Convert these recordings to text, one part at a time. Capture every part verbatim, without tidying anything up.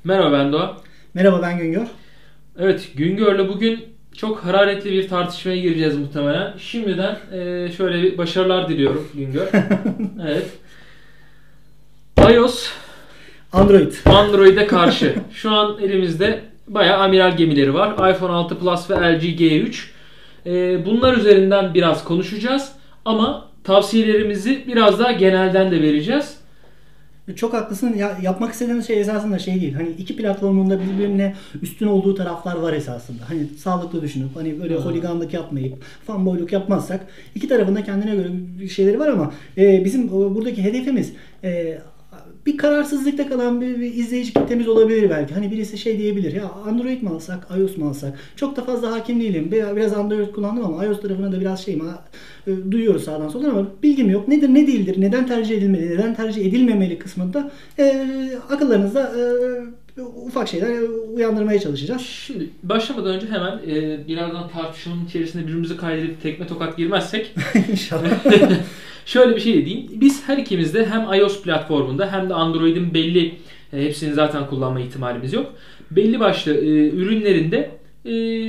Merhaba, ben Doğa. Merhaba, ben Güngör. Evet, Güngör'le bugün çok hararetli bir tartışmaya gireceğiz muhtemelen. Şimdiden e, şöyle bir başarılar diliyorum Güngör. Evet. iOS Android. Android'e karşı. Şu an elimizde bayağı amiral gemileri var. iPhone altı Plus ve L G G üç. E, bunlar üzerinden biraz konuşacağız. Ama tavsiyelerimizi biraz daha genelden de vereceğiz. Çok haklısın. Ya, yapmak istediğimiz şey esasında şey değil. Hani iki platformunda birbirine üstün olduğu taraflar var esasında. Hani sağlıklı düşünüp hani böyle holiganlık yapmayıp fanboyluk yapmazsak iki tarafında kendine göre bir şeyleri var ama e, bizim o, buradaki hedefimiz e, bir kararsızlıkta kalan bir, bir izleyici kitlemiz olabilir belki. Hani birisi şey diyebilir ya, Android mi alsak, iOS mu alsak? Çok da fazla hakim değilim. Biraz Android kullandım ama iOS tarafına da biraz şeyim ha, e, duyuyoruz sağdan soldan ama bilgim yok. Nedir, ne değildir, neden tercih edilmeli, neden tercih edilmemeli kısmında e, akıllarınızda e, ufak şeyler uyandırmaya çalışacağız. Şimdi başlamadan önce hemen e, birazdan tartışmanın içerisinde birbirimizi kaydedip tekme tokat girmezsek İnşallah. şöyle bir şey de diyeyim. Biz her ikimiz de hem iOS platformunda hem de Android'in belli e, hepsini zaten kullanma ihtimalimiz yok. Belli başlı e, ürünlerinde e,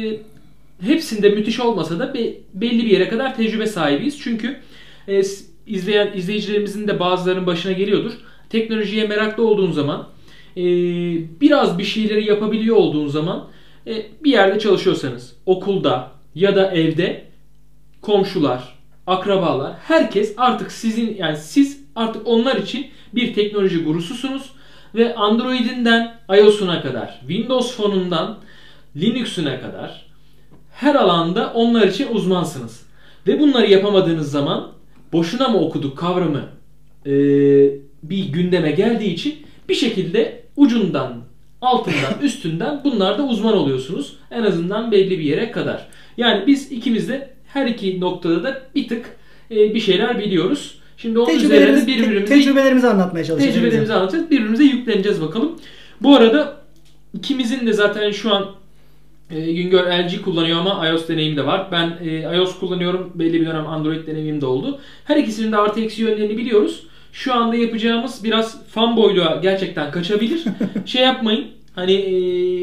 hepsinde müthiş olmasa da be, belli bir yere kadar tecrübe sahibiyiz. Çünkü e, izleyen izleyicilerimizin de bazılarının başına geliyordur. Teknolojiye meraklı olduğun zaman e, biraz bir şeyleri yapabiliyor olduğun zaman e, bir yerde çalışıyorsanız okulda ya da evde komşular, akrabalar, herkes artık sizin yani siz artık onlar için bir teknoloji gurususunuz ve Android'inden iOS'una kadar, Windows Phone'undan Linux'una kadar her alanda onlar için uzmansınız. Ve bunları yapamadığınız zaman boşuna mı okuduk kavramı e, bir gündeme geldiği için bir şekilde ucundan, altından, üstünden bunlarda uzman oluyorsunuz. En azından belli bir yere kadar. Yani biz ikimiz de her iki noktada da bir tık e, bir şeyler biliyoruz. Şimdi onun üzerine birbirimize tecrübelerimizi anlatmaya çalışacağız. Tecrübelerimizi anlatacağız. Birbirimize yükleneceğiz bakalım. Bu arada ikimizin de zaten şu an e, Güngör L G kullanıyor ama iOS deneyimi de var. Ben e, iOS kullanıyorum. Belli bir dönem Android deneyimim de oldu. Her ikisinin de artı eksi yönlerini biliyoruz. Şu anda yapacağımız biraz fanboyluğa gerçekten kaçabilir. Şey yapmayın. Hani e,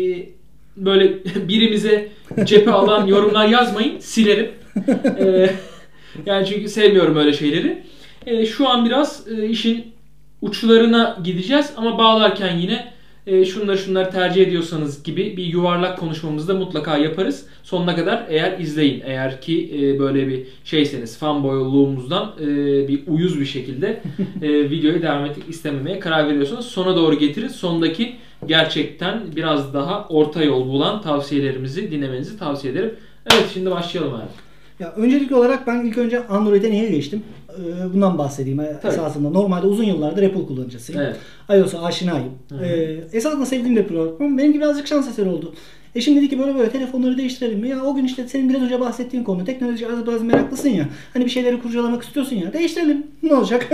böyle birimize cephe alan yorumlar yazmayın. Silerim. E, yani çünkü sevmiyorum öyle şeyleri. E, şu an biraz e, işin uçlarına gideceğiz ama bağlarken yine e, şunları şunları tercih ediyorsanız gibi bir yuvarlak konuşmamızı da mutlaka yaparız. Sonuna kadar eğer izleyin. Eğer ki e, böyle bir şeyseniz fanboyluğumuzdan e, bir uyuz bir şekilde e, videoya devam etmek istememeye karar veriyorsanız sona doğru getirin. Sondaki gerçekten biraz daha orta yol bulan tavsiyelerimizi dinlemenizi tavsiye ederim. Evet, şimdi başlayalım abi. Ya öncelikli olarak ben ilk önce Android'e niye geçtim? Bundan bahsedeyim. Tabii. Esasında normalde uzun yıllardır Apple kullanıcısıyım. Evet. iOS'a aşinayım. Ee, esasında sevdiğim de program. Benimki birazcık şans eseri oldu. Eşim dedi ki böyle böyle telefonları değiştirelim mi? Ya o gün işte senin biraz önce bahsettiğin konu teknoloji az biraz meraklısın ya. Hani bir şeyleri kurcalamak istiyorsun ya. Değiştirelim. Ne olacak?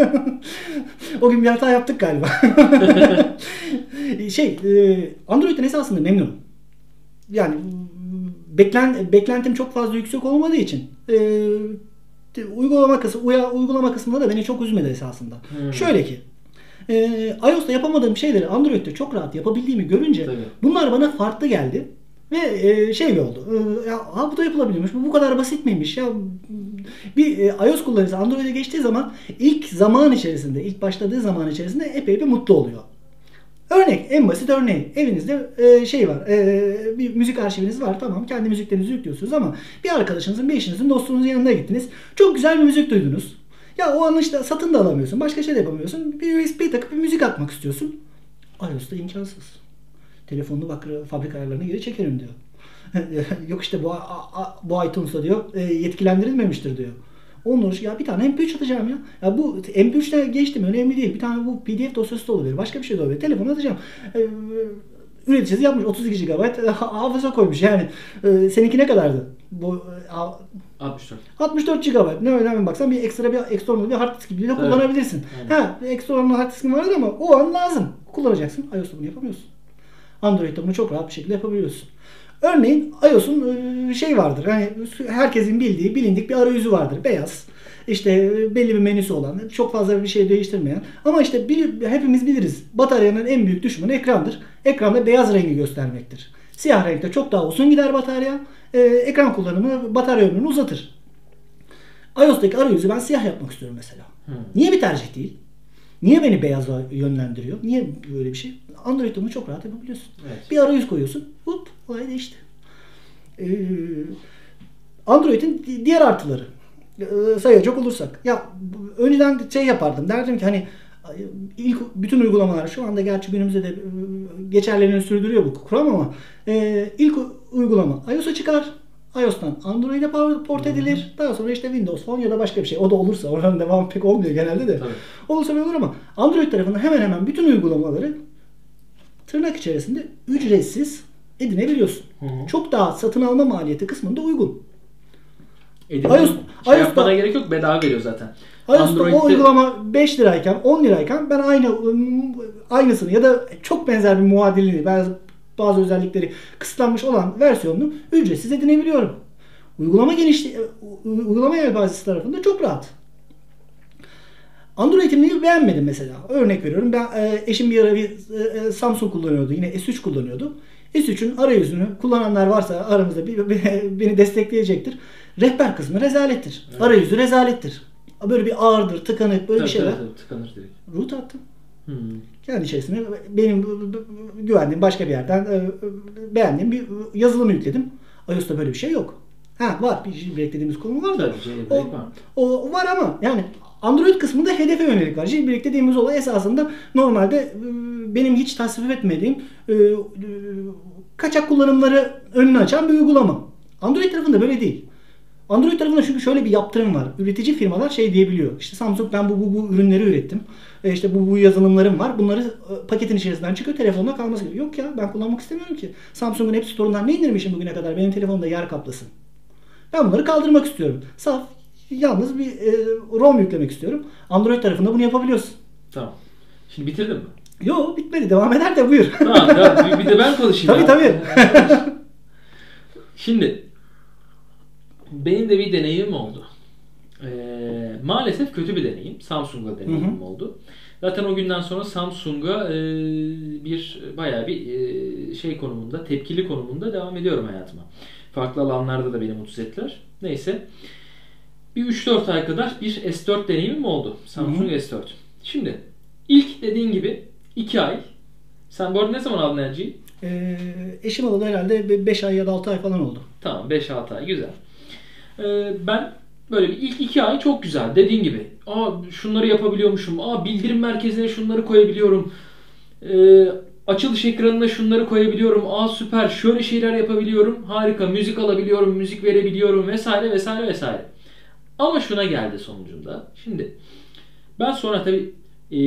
O gün bir hata yaptık galiba. şey Android'den esasında memnunum. Yani beklen, beklentim çok fazla yüksek olmadığı için e, uygulama kısmı uya, uygulama kısmında da beni çok üzmedi esasında. Hmm. Şöyle ki e, iOS'ta yapamadığım şeyleri Android'de çok rahat yapabildiğimi görünce Tabii. bunlar bana farklı geldi ve e, şey oldu. E, ya ha, bu da yapılabiliyormuş. Bu bu kadar basit miymiş ya? Bir e, iOS kullanıcısı Android'e geçtiği zaman ilk zaman içerisinde, ilk başladığı zaman içerisinde epey bir mutlu oluyor. Örnek, en basit örneği. Evinizde e, şey var, e, bir müzik arşiviniz var, tamam, kendi müziklerinizi yüklüyorsunuz ama bir arkadaşınızın, bir eşinizin, dostunuzun yanına gittiniz. Çok güzel bir müzik duydunuz. Ya o an işte satın da alamıyorsun, başka şey de yapamıyorsun. Bir U S B takıp bir müzik atmak istiyorsun. iOS'ta imkansız. Telefonunu bak fabrika ayarlarına geri çekerim diyor. Yok işte bu, bu iTunes'ta diyor e, yetkilendirilmemiştir diyor. Onur ya bir tane M P üç atacağım ya. Ya bu M P üç'te geçtim, önemli değil. Bir tane bu P D F dosyası da olabilir. Başka bir şey de olabilir. Telefona atacağım. Ee, üreticisi yapmış otuz iki gigabayt hafıza koymuş. Yani e, seninki ne kadardı? Bu altmış dört. altmış dört gigabayt. Ne önemli baksan bir ekstra bir eksternal bir hard disk gibi de evet. kullanabilirsin. Evet. Ha, eksternal hard diskin vardır ama o an lazım. Kullanacaksın. iOS'ta bunu yapamıyorsun. Android'de bunu çok rahat bir şekilde yapabiliyorsun. Örneğin iOS'un e, şey vardır. Hani herkesin bildiği, bilindik bir arayüzü vardır. Beyaz. İşte e, belli bir menüsü olan, çok fazla bir şey değiştirmeyen. Ama işte bir, hepimiz biliriz. Bataryanın en büyük düşmanı ekrandır. Ekranda beyaz rengi göstermektir. Siyah renkte çok daha uzun gider batarya. E, ekran kullanımı batarya ömrünü uzatır. iOS'taki arayüzü ben siyah yapmak istiyorum mesela. Hmm. Niye bir tercih değil? Niye beni beyaza yönlendiriyor? Niye böyle bir şey? Android'de bunu çok rahat yapabiliyorsun. Evet. Bir arayüz koyuyorsun. Hop, olay değişti. Ee, Android'in diğer artıları ee, sayacak olursak. Ya önceden şey yapardım. Derdim ki hani ilk bütün uygulamalar şu anda gerçi günümüzde de geçerliliğini sürdürüyor bu kuram ama e, ilk uygulama iOS'a çıkar. iOS'tan Android'e port edilir. Daha sonra işte Windows Phone ya da başka bir şey. O da olursa. Oranın devamı pek olmuyor genelde de. Tabii. Olursa bir olur ama Android tarafında hemen hemen bütün uygulamaları tırnak içerisinde ücretsiz edinebiliyorsun. Hı hı. Çok daha satın alma maliyeti kısmında uygun. Edinme, iOS, şey yapmana gerek yok. Bedava veriyor zaten. iOS'ta o uygulama beş lirayken on lirayken ben aynı aynısını ya da çok benzer bir muadilini bazı, bazı özellikleri kısıtlanmış olan versiyonunu ücretsiz edinebiliyorum. Uygulama genişliği, uygulama yelpazesi tarafında çok rahat. Android'imi beğenmedim mesela. Örnek veriyorum. Ben eşim bir ara bir Samsung kullanıyordu. Yine S üç kullanıyordu. S üçün arayüzünü kullananlar varsa aramızda bir, bir, beni destekleyecektir. Rehber kısmı rezalettir. Evet. Arayüzü rezalettir. Böyle bir ağırdır, tıkanık böyle tabii, bir şeyler. Tabii, tabii, tıkanır direkt. Root attım. Hmm. Kendi içerisine benim güvendiğim başka bir yerden beğendiğim bir yazılımı yükledim. iOS'ta böyle bir şey yok. Ha var. Bir jailbreak dediğimiz konu var da. O, var. o var ama yani Android kısmında hedefe yönelik var. Jailbreak dediğimiz olay esasında normalde benim hiç tasvip etmediğim kaçak kullanımları önünü açan bir uygulama. Android tarafında böyle değil. Android tarafında çünkü şöyle bir yaptırım var. Üretici firmalar şey diyebiliyor. İşte Samsung ben bu bu, bu ürünleri ürettim. E işte bu bu yazılımlarım var. Bunları paketin içerisinden çıkıyor. Telefonda kalması gerekiyor. Yok ya ben kullanmak istemiyorum ki. Samsung'un App Store'undan ne indirmişim bugüne kadar? Benim telefonumda yer kaplasın. Ben bunları kaldırmak istiyorum. Saf yalnız bir e, ROM yüklemek istiyorum. Android tarafında bunu yapabiliyorsun. Tamam. Şimdi bitirdin mi? Yok bitmedi. Devam eder de buyur. Tamam. Ya, bir de ben konuşayım. Tabii ya. tabii. Şimdi benim de bir deneyimim oldu. Ee, maalesef kötü bir deneyim. Samsung'la deneyimim hı hı. oldu. Zaten o günden sonra Samsung'a e, bir bayağı bir e, şey konumunda, tepkili konumunda devam ediyorum hayatıma. Farklı alanlarda da beni mutsuz ettiler. Neyse. Bir üç dört ay kadar bir S dört deneyimim oldu. Samsung hı hı. S dört. Şimdi ilk dediğin gibi iki ay. Sen bu arada ne zaman aldın L G'yi? Ee, eşim alalı herhalde beş ay ya da altı ay falan oldu. Tamam beş altı ay güzel. Ee, ben böyle bir ilk iki ay çok güzel. Dediğin gibi. Aa şunları yapabiliyormuşum. Aa bildirim merkezine şunları koyabiliyorum. Ee, açılış ekranına şunları koyabiliyorum. Aa süper şöyle şeyler yapabiliyorum. Harika müzik alabiliyorum. Müzik verebiliyorum vesaire vesaire vesaire. Ama şuna geldi sonucunda. Şimdi ben sonra tabii e,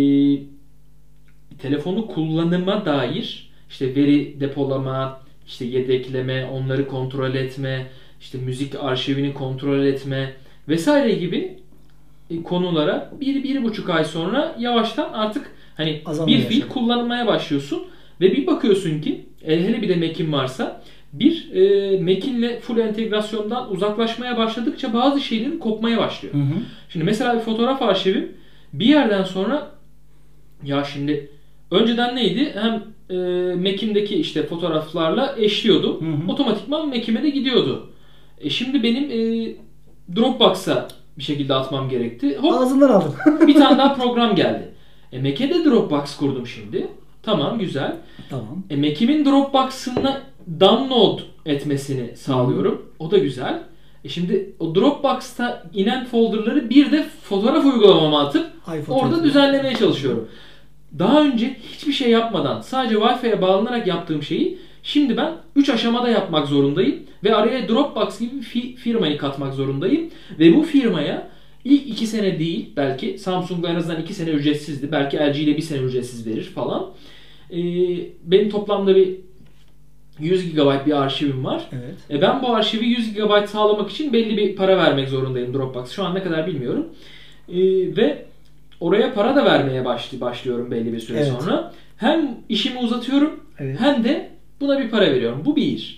telefonu kullanıma dair işte veri depolama, işte yedekleme, onları kontrol etme, işte müzik arşivini kontrol etme vesaire gibi konulara bir, bir buçuk ay sonra yavaştan artık hani azalmaya bir fiil kullanmaya başlıyorsun ve bir bakıyorsun ki hele bir de Mac'in varsa bir e, Mac'inle full entegrasyondan uzaklaşmaya başladıkça bazı şeylerin kopmaya başlıyor. Hı hı. Şimdi mesela bir fotoğraf arşivim bir yerden sonra ya şimdi önceden neydi? Hem e, Mac'imdeki işte fotoğraflarla eşliyordu. Hı hı. Otomatikman Mac'ime de gidiyordu. E şimdi benim e, Dropbox'a bir şekilde atmam gerekti. Hop, ağzından aldım. Bir tane daha program geldi. E Mac'e de Dropbox kurdum şimdi. Tamam güzel. Tamam. E Mac'imin Dropbox'ına download etmesini sağlıyorum. Hı. O da güzel. E şimdi o Dropbox'ta inen folderları bir de fotoğraf uygulamama atıp orada düzenlemeye çalışıyorum. Daha önce hiçbir şey yapmadan sadece Wi-Fi'ye bağlanarak yaptığım şeyi şimdi ben üç aşamada yapmak zorundayım ve araya Dropbox gibi bir firmayı katmak zorundayım ve bu firmaya ilk iki sene değil belki Samsung'da en azından iki sene ücretsizdi. Belki L G ile bir sene ücretsiz verir falan. Ee, benim toplamda bir yüz gigabayt bir arşivim var. Evet. E ben bu arşivi yüz gigabayt sağlamak için belli bir para vermek zorundayım Dropbox. Şu an ne kadar bilmiyorum. Ee, ve oraya para da vermeye başlıyorum belli bir süre evet. sonra. Hem işimi uzatıyorum evet. hem de buna bir para veriyorum. Bu bir.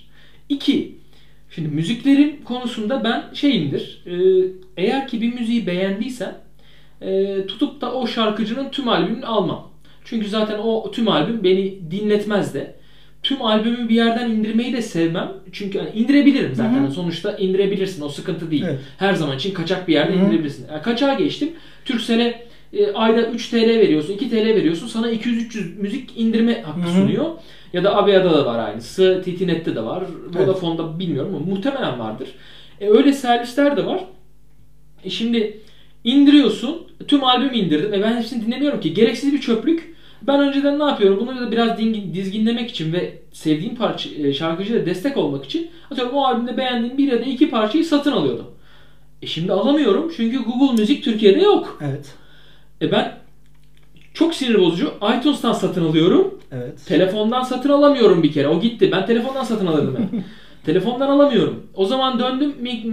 İki, şimdi müziklerin konusunda ben şeyimdir. E, eğer ki bir müziği beğendiysem e, tutup da o şarkıcının tüm albümünü almam. Çünkü zaten o tüm albüm beni dinletmez de. Tüm albümü bir yerden indirmeyi de sevmem. Çünkü yani indirebilirim zaten. Hı hı. Sonuçta indirebilirsin. O sıkıntı değil. Evet. Her zaman için kaçak bir yerde Hı-hı. indirebilirsin. Yani kaçağa geçtim. Turkcell'e e, ayda üç T L veriyorsun, iki T L veriyorsun. Sana iki yüz üç yüz müzik indirme hakkı Hı-hı. sunuyor. Ya da Avia'da da var aynısı. T T Net'te de var. Vodafone'da evet. bilmiyorum ama muhtemelen vardır. E, öyle servisler de var. E, şimdi indiriyorsun. Tüm albümü indirdim. E, ben hepsini dinlemiyorum ki. Gereksiz bir çöplük. Ben önceden ne yapıyorum? Bunu da biraz dizginlemek için ve sevdiğim parça, şarkıcıya destek olmak için atıyorum o albümde beğendiğim bir ya da iki parçayı satın alıyordum. E şimdi alamıyorum çünkü Google Müzik Türkiye'de yok. Evet. E ben çok sinir bozucu. iTunes'tan satın alıyorum. Evet. Telefondan satın alamıyorum bir kere. O gitti. Ben telefondan satın alırdım hep. Telefondan alamıyorum. O zaman döndüm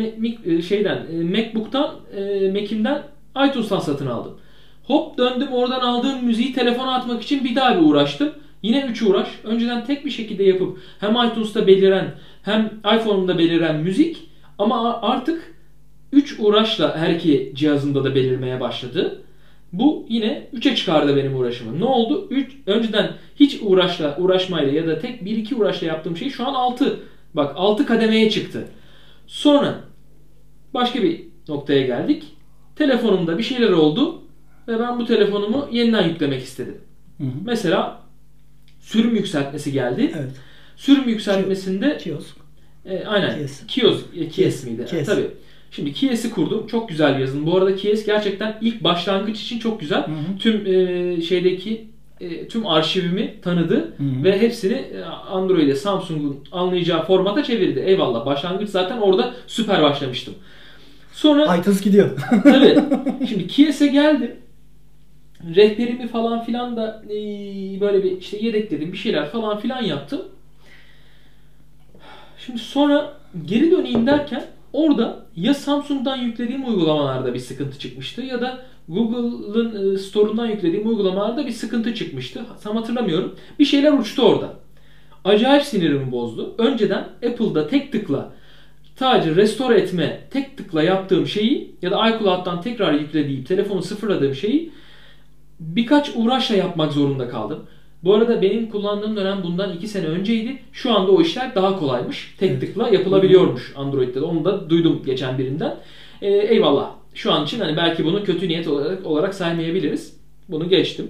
şeyden MacBook'tan, Mac'imden iTunes'tan satın aldım. Hop döndüm oradan aldığım müziği telefona atmak için bir daha bir uğraştım. Yine üç uğraş. Önceden tek bir şekilde yapıp hem iTunes'ta beliren hem iPhone'umda beliren müzik ama artık üç uğraşla her iki cihazımda da belirmeye başladı. Bu yine üçe çıkardı benim uğraşımı. Ne oldu? üç önceden hiç uğraşla uğraşmayla ya da tek bir iki uğraşla yaptığım şey şu an altı. Bak altı kademeye çıktı. Sonra başka bir noktaya geldik. Telefonumda bir şeyler oldu. Ve ben bu telefonumu yeniden yüklemek istedim. Hı hı. Mesela sürüm yükseltmesi geldi. Evet. Sürüm yükseltmesinde Kiosk. E, aynen. Kiosk. Kiosk, e, Kies miydi? Kies. Tabii. Şimdi Kies'i kurdum. Çok güzel bir yazılım. Bu arada Kies gerçekten ilk başlangıç için çok güzel. Hı hı. Tüm e, şeydeki e, tüm arşivimi tanıdı hı hı. ve hepsini Android'e, Samsung'un anlayacağı formata çevirdi. Eyvallah. Başlangıç zaten orada süper başlamıştım. Sonra iTunes gidiyor. Tabii. Şimdi Kies'e geldim. Rehberimi falan filan da e, böyle bir işte yedekledim, bir şeyler falan filan yaptım. Şimdi sonra geri döneyim derken orada ya Samsung'dan yüklediğim uygulamalarda bir sıkıntı çıkmıştı ya da Google'ın e, Store'undan yüklediğim uygulamalarda bir sıkıntı çıkmıştı. Tam hatırlamıyorum. Bir şeyler uçtu orada. Acayip sinirimi bozdu. Önceden Apple'da tek tıkla sadece restore etme, tek tıkla yaptığım şeyi ya da iCloud'dan tekrar yüklediğim, telefonu sıfırladığım şeyi birkaç uğraşla yapmak zorunda kaldım. Bu arada benim kullandığım dönem bundan iki sene önceydi. Şu anda o işler daha kolaymış. Tek evet. tıkla yapılabiliyormuş Android'de de. Onu da duydum geçen birinden. Ee, eyvallah. Şu an için hani belki bunu kötü niyet olarak, olarak saymayabiliriz. Bunu geçtim.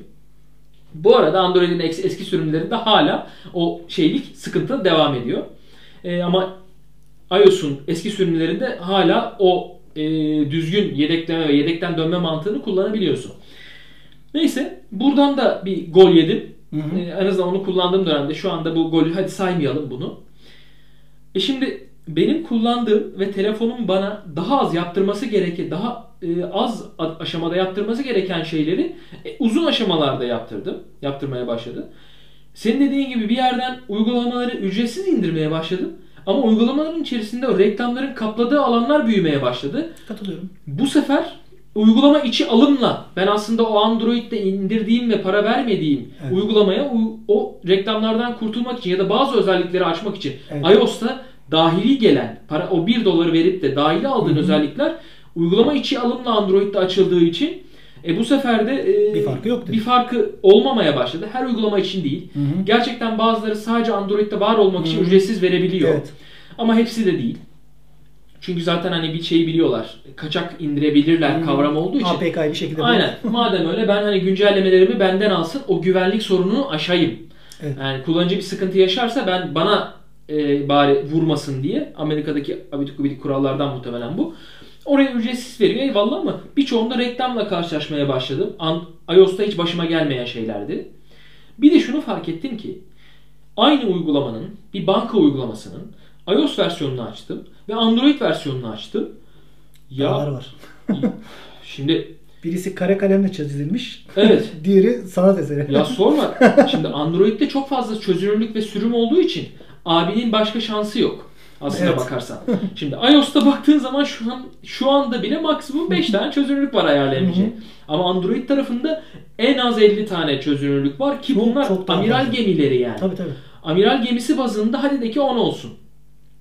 Bu arada Android'in eski sürümlerinde hala o şeylik sıkıntı devam ediyor. Ee, ama iOS'un eski sürümlerinde hala o e, düzgün yedekleme ve yedekten dönme mantığını kullanabiliyorsun. Neyse buradan da bir gol yedim. Hı hı. Ee, en azından onu kullandığım dönemde şu anda bu golü hadi saymayalım bunu. E şimdi benim kullandığım ve telefonum bana daha az yaptırması gereken, daha e, az aşamada yaptırması gereken şeyleri e, uzun aşamalarda yaptırdım. Yaptırmaya başladım. Senin dediğin gibi bir yerden uygulamaları ücretsiz indirmeye başladım. Ama uygulamaların içerisinde o reklamların kapladığı alanlar büyümeye başladı. Katılıyorum. Bu sefer uygulama içi alımla ben aslında o Android'de indirdiğim ve para vermediğim evet. uygulamaya o reklamlardan kurtulmak için ya da bazı özellikleri açmak için evet. iOS'ta dahili gelen para o bir doları verip de dahili aldığın Hı-hı. özellikler uygulama içi alımla Android'de açıldığı için e bu sefer de e, bir farkı yok. Bir farkı olmamaya başladı. Her uygulama için değil. Hı-hı. Gerçekten bazıları sadece Android'de var olmak için Hı-hı. ücretsiz verebiliyor. Evet. Ama hepsi de değil. Çünkü zaten hani bir şeyi biliyorlar. Kaçak indirebilirler hmm. kavram olduğu için. A P K'yı bir şekilde. Aynen. Madem öyle ben hani güncellemelerimi benden alsın. O güvenlik sorununu aşayım. Evet. Yani kullanıcı bir sıkıntı yaşarsa ben bana e, bari vurmasın diye. Amerika'daki abidik gubidik kurallardan muhtemelen bu. Oraya ücretsiz veriyor. Eyvallah ama birçoğunda reklamla karşılaşmaya başladım. iOS'ta hiç başıma gelmeyen şeylerdi. Bir de şunu fark ettim ki aynı uygulamanın bir banka uygulamasının iOS versiyonunu açtım ve Android versiyonunu açtım. Ya var var. Şimdi birisi kare kalemle çizilmiş. Evet. Diğeri sanat eseri. Ya sorma. Şimdi Android'de çok fazla çözünürlük ve sürüm olduğu için abinin başka şansı yok. Aslına evet. bakarsan. Şimdi iOS'ta baktığın zaman şu an şu anda bile maksimum beş tane çözünürlük var ayarlayabileceğin. Ama Android tarafında en az elli tane çözünürlük var ki çok, bunlar çok amiral fazla. gemileri yani. Tabii tabii. Amiral gemisi bazında hadi de ki on olsun.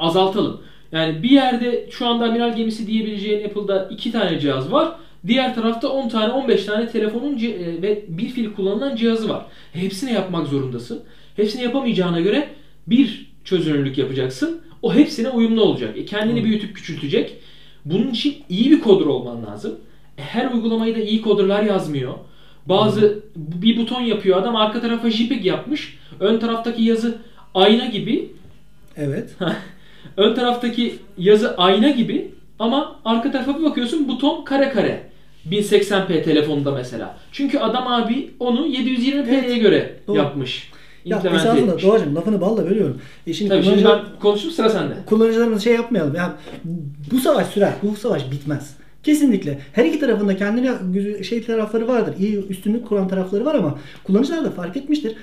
azaltalım. Yani bir yerde şu anda amiral gemisi diyebileceğin Apple'da iki tane cihaz var. Diğer tarafta on tane on beş tane telefonun ve bir fil kullanılan cihazı var. Hepsini yapmak zorundasın. Hepsini yapamayacağına göre bir çözünürlük yapacaksın. O hepsine uyumlu olacak. E kendini hmm. büyütüp küçültecek. Bunun için iyi bir coder olman lazım. E her uygulamayı da iyi coderlar yazmıyor. Bazı hmm. bir buton yapıyor adam, arka tarafa JPEG yapmış. Ön taraftaki yazı ayna gibi. Evet. Ön taraftaki yazı ayna gibi ama arka tarafa bir bakıyorsun buton kare kare. bin seksen p telefonda mesela. Çünkü adam abi onu yedi yüz yirmi p'ye evet, göre doğru. yapmış. Ya esasında Doğacığım lafını balla bölüyorum. E şimdi, Tabii şimdi ben konuştum, sıra sende. Kullanıcılarımız şey yapmayalım. Yani bu savaş sürer. Bu savaş bitmez. Kesinlikle. Her iki tarafında kendine şey tarafları vardır. İyi üstünlük kuran tarafları var ama kullanıcılar da fark etmiştir.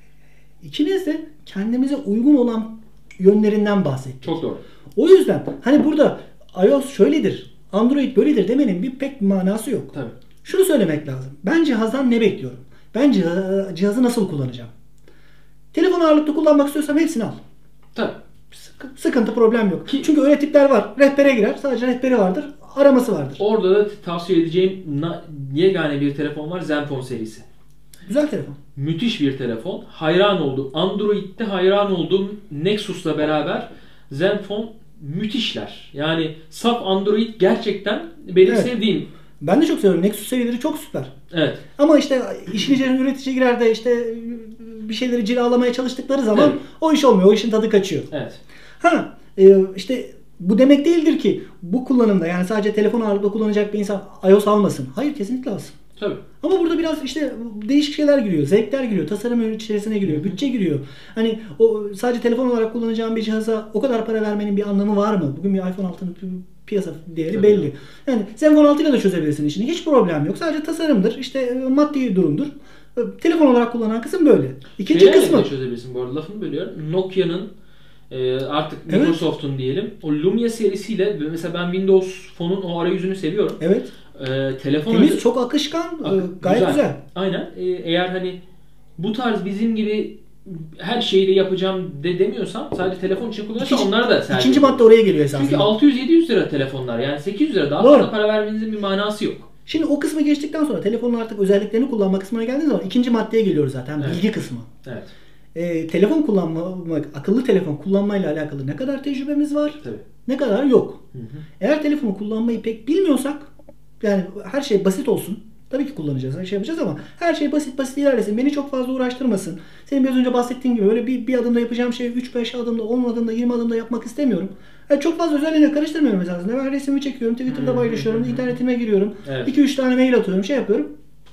İkimiz de kendimize uygun olan yönlerinden bahsettik. Çok doğru. O yüzden hani burada iOS şöyledir, Android böyledir demenin bir pek manası yok. Tabii. Şunu söylemek lazım. Ben cihazdan ne bekliyorum? Ben cihazı nasıl kullanacağım? Telefon ağırlıklı kullanmak istiyorsam hepsini al. Tabii. Sıkıntı, problem yok. Ki, çünkü öyle tipler var. Rehbere girer. Sadece rehberi vardır. Araması vardır. Orada da tavsiye edeceğim yegane bir telefon var. Zenfone serisi. Güzel telefon. Müthiş bir telefon. Hayran oldum. Android'de hayran olduğum Nexus'la beraber Zenfone müthişler. Yani saf Android gerçekten benim evet. sevdiğim. Ben de çok seviyorum. Nexus serileri çok süper. Evet. Ama işte işin içerisine üretici girer de işte bir şeyleri cilalamaya çalıştıkları zaman evet. o iş olmuyor. O işin tadı kaçıyor. Evet. Ha e, işte bu demek değildir ki bu kullanımda yani sadece telefon ağırlıklı kullanacak bir insan iOS almasın. Hayır, kesinlikle alsın. Tabii. Ama burada biraz işte değişik şeyler giriyor. Zevkler giriyor. Tasarım içerisine giriyor. Bütçe giriyor. Hani o sadece telefon olarak kullanacağım bir cihaza o kadar para vermenin bir anlamı var mı? Bugün bir iPhone altının piyasa değeri Tabii. belli. Yani Zenfone altı ile de çözebilirsin işini. Hiç problem yok. Sadece tasarımdır. İşte maddi durumdur. Telefon olarak kullanan kısım böyle. İkinci Şeylerle kısmı. de çözebilirsin bu arada. Lafını bölüyorum. Nokia'nın e, artık Microsoft'un evet. diyelim. O Lumia serisiyle mesela ben Windows Phone'un o arayüzünü seviyorum. Evet. E, telefon Temiz, özel... çok akışkan, Ak- gayet güzel. güzel. Aynen. E, eğer hani bu tarz bizim gibi her şeyi de yapacağım de demiyorsan sadece telefon için kullanıyorsan onlara da sergiyor. İkinci madde oraya geliyor esasında. Çünkü altı yüz yedi yüz lira telefonlar. Yani sekiz yüz lira. Daha fazla para vermenizin bir manası yok. Şimdi o kısmı geçtikten sonra telefonun artık özelliklerini kullanma kısmına geldiğiniz zaman ikinci maddeye geliyoruz zaten. Evet. Bilgi kısmı. Evet. Ee, telefon kullanmak, akıllı telefon kullanmayla alakalı ne kadar tecrübemiz var? Tabii. Ne kadar yok. Hı hı. Eğer telefonu kullanmayı pek bilmiyorsak, yani her şey basit olsun. Tabii ki kullanacağız, her şey yapacağız ama her şey basit basit ilerlesin. Beni çok fazla uğraştırmasın. Senin biraz önce bahsettiğin gibi öyle bir, bir adımda yapacağım şeyi üç beş adımda, on adımda, yirmi adımda yapmak istemiyorum. Yani çok fazla özelliğine karıştırmıyorum esasında. Ben resmimi çekiyorum, Twitter'da paylaşıyorum, internetime giriyorum. iki üç evet. tane mail atıyorum, şey yapıyorum.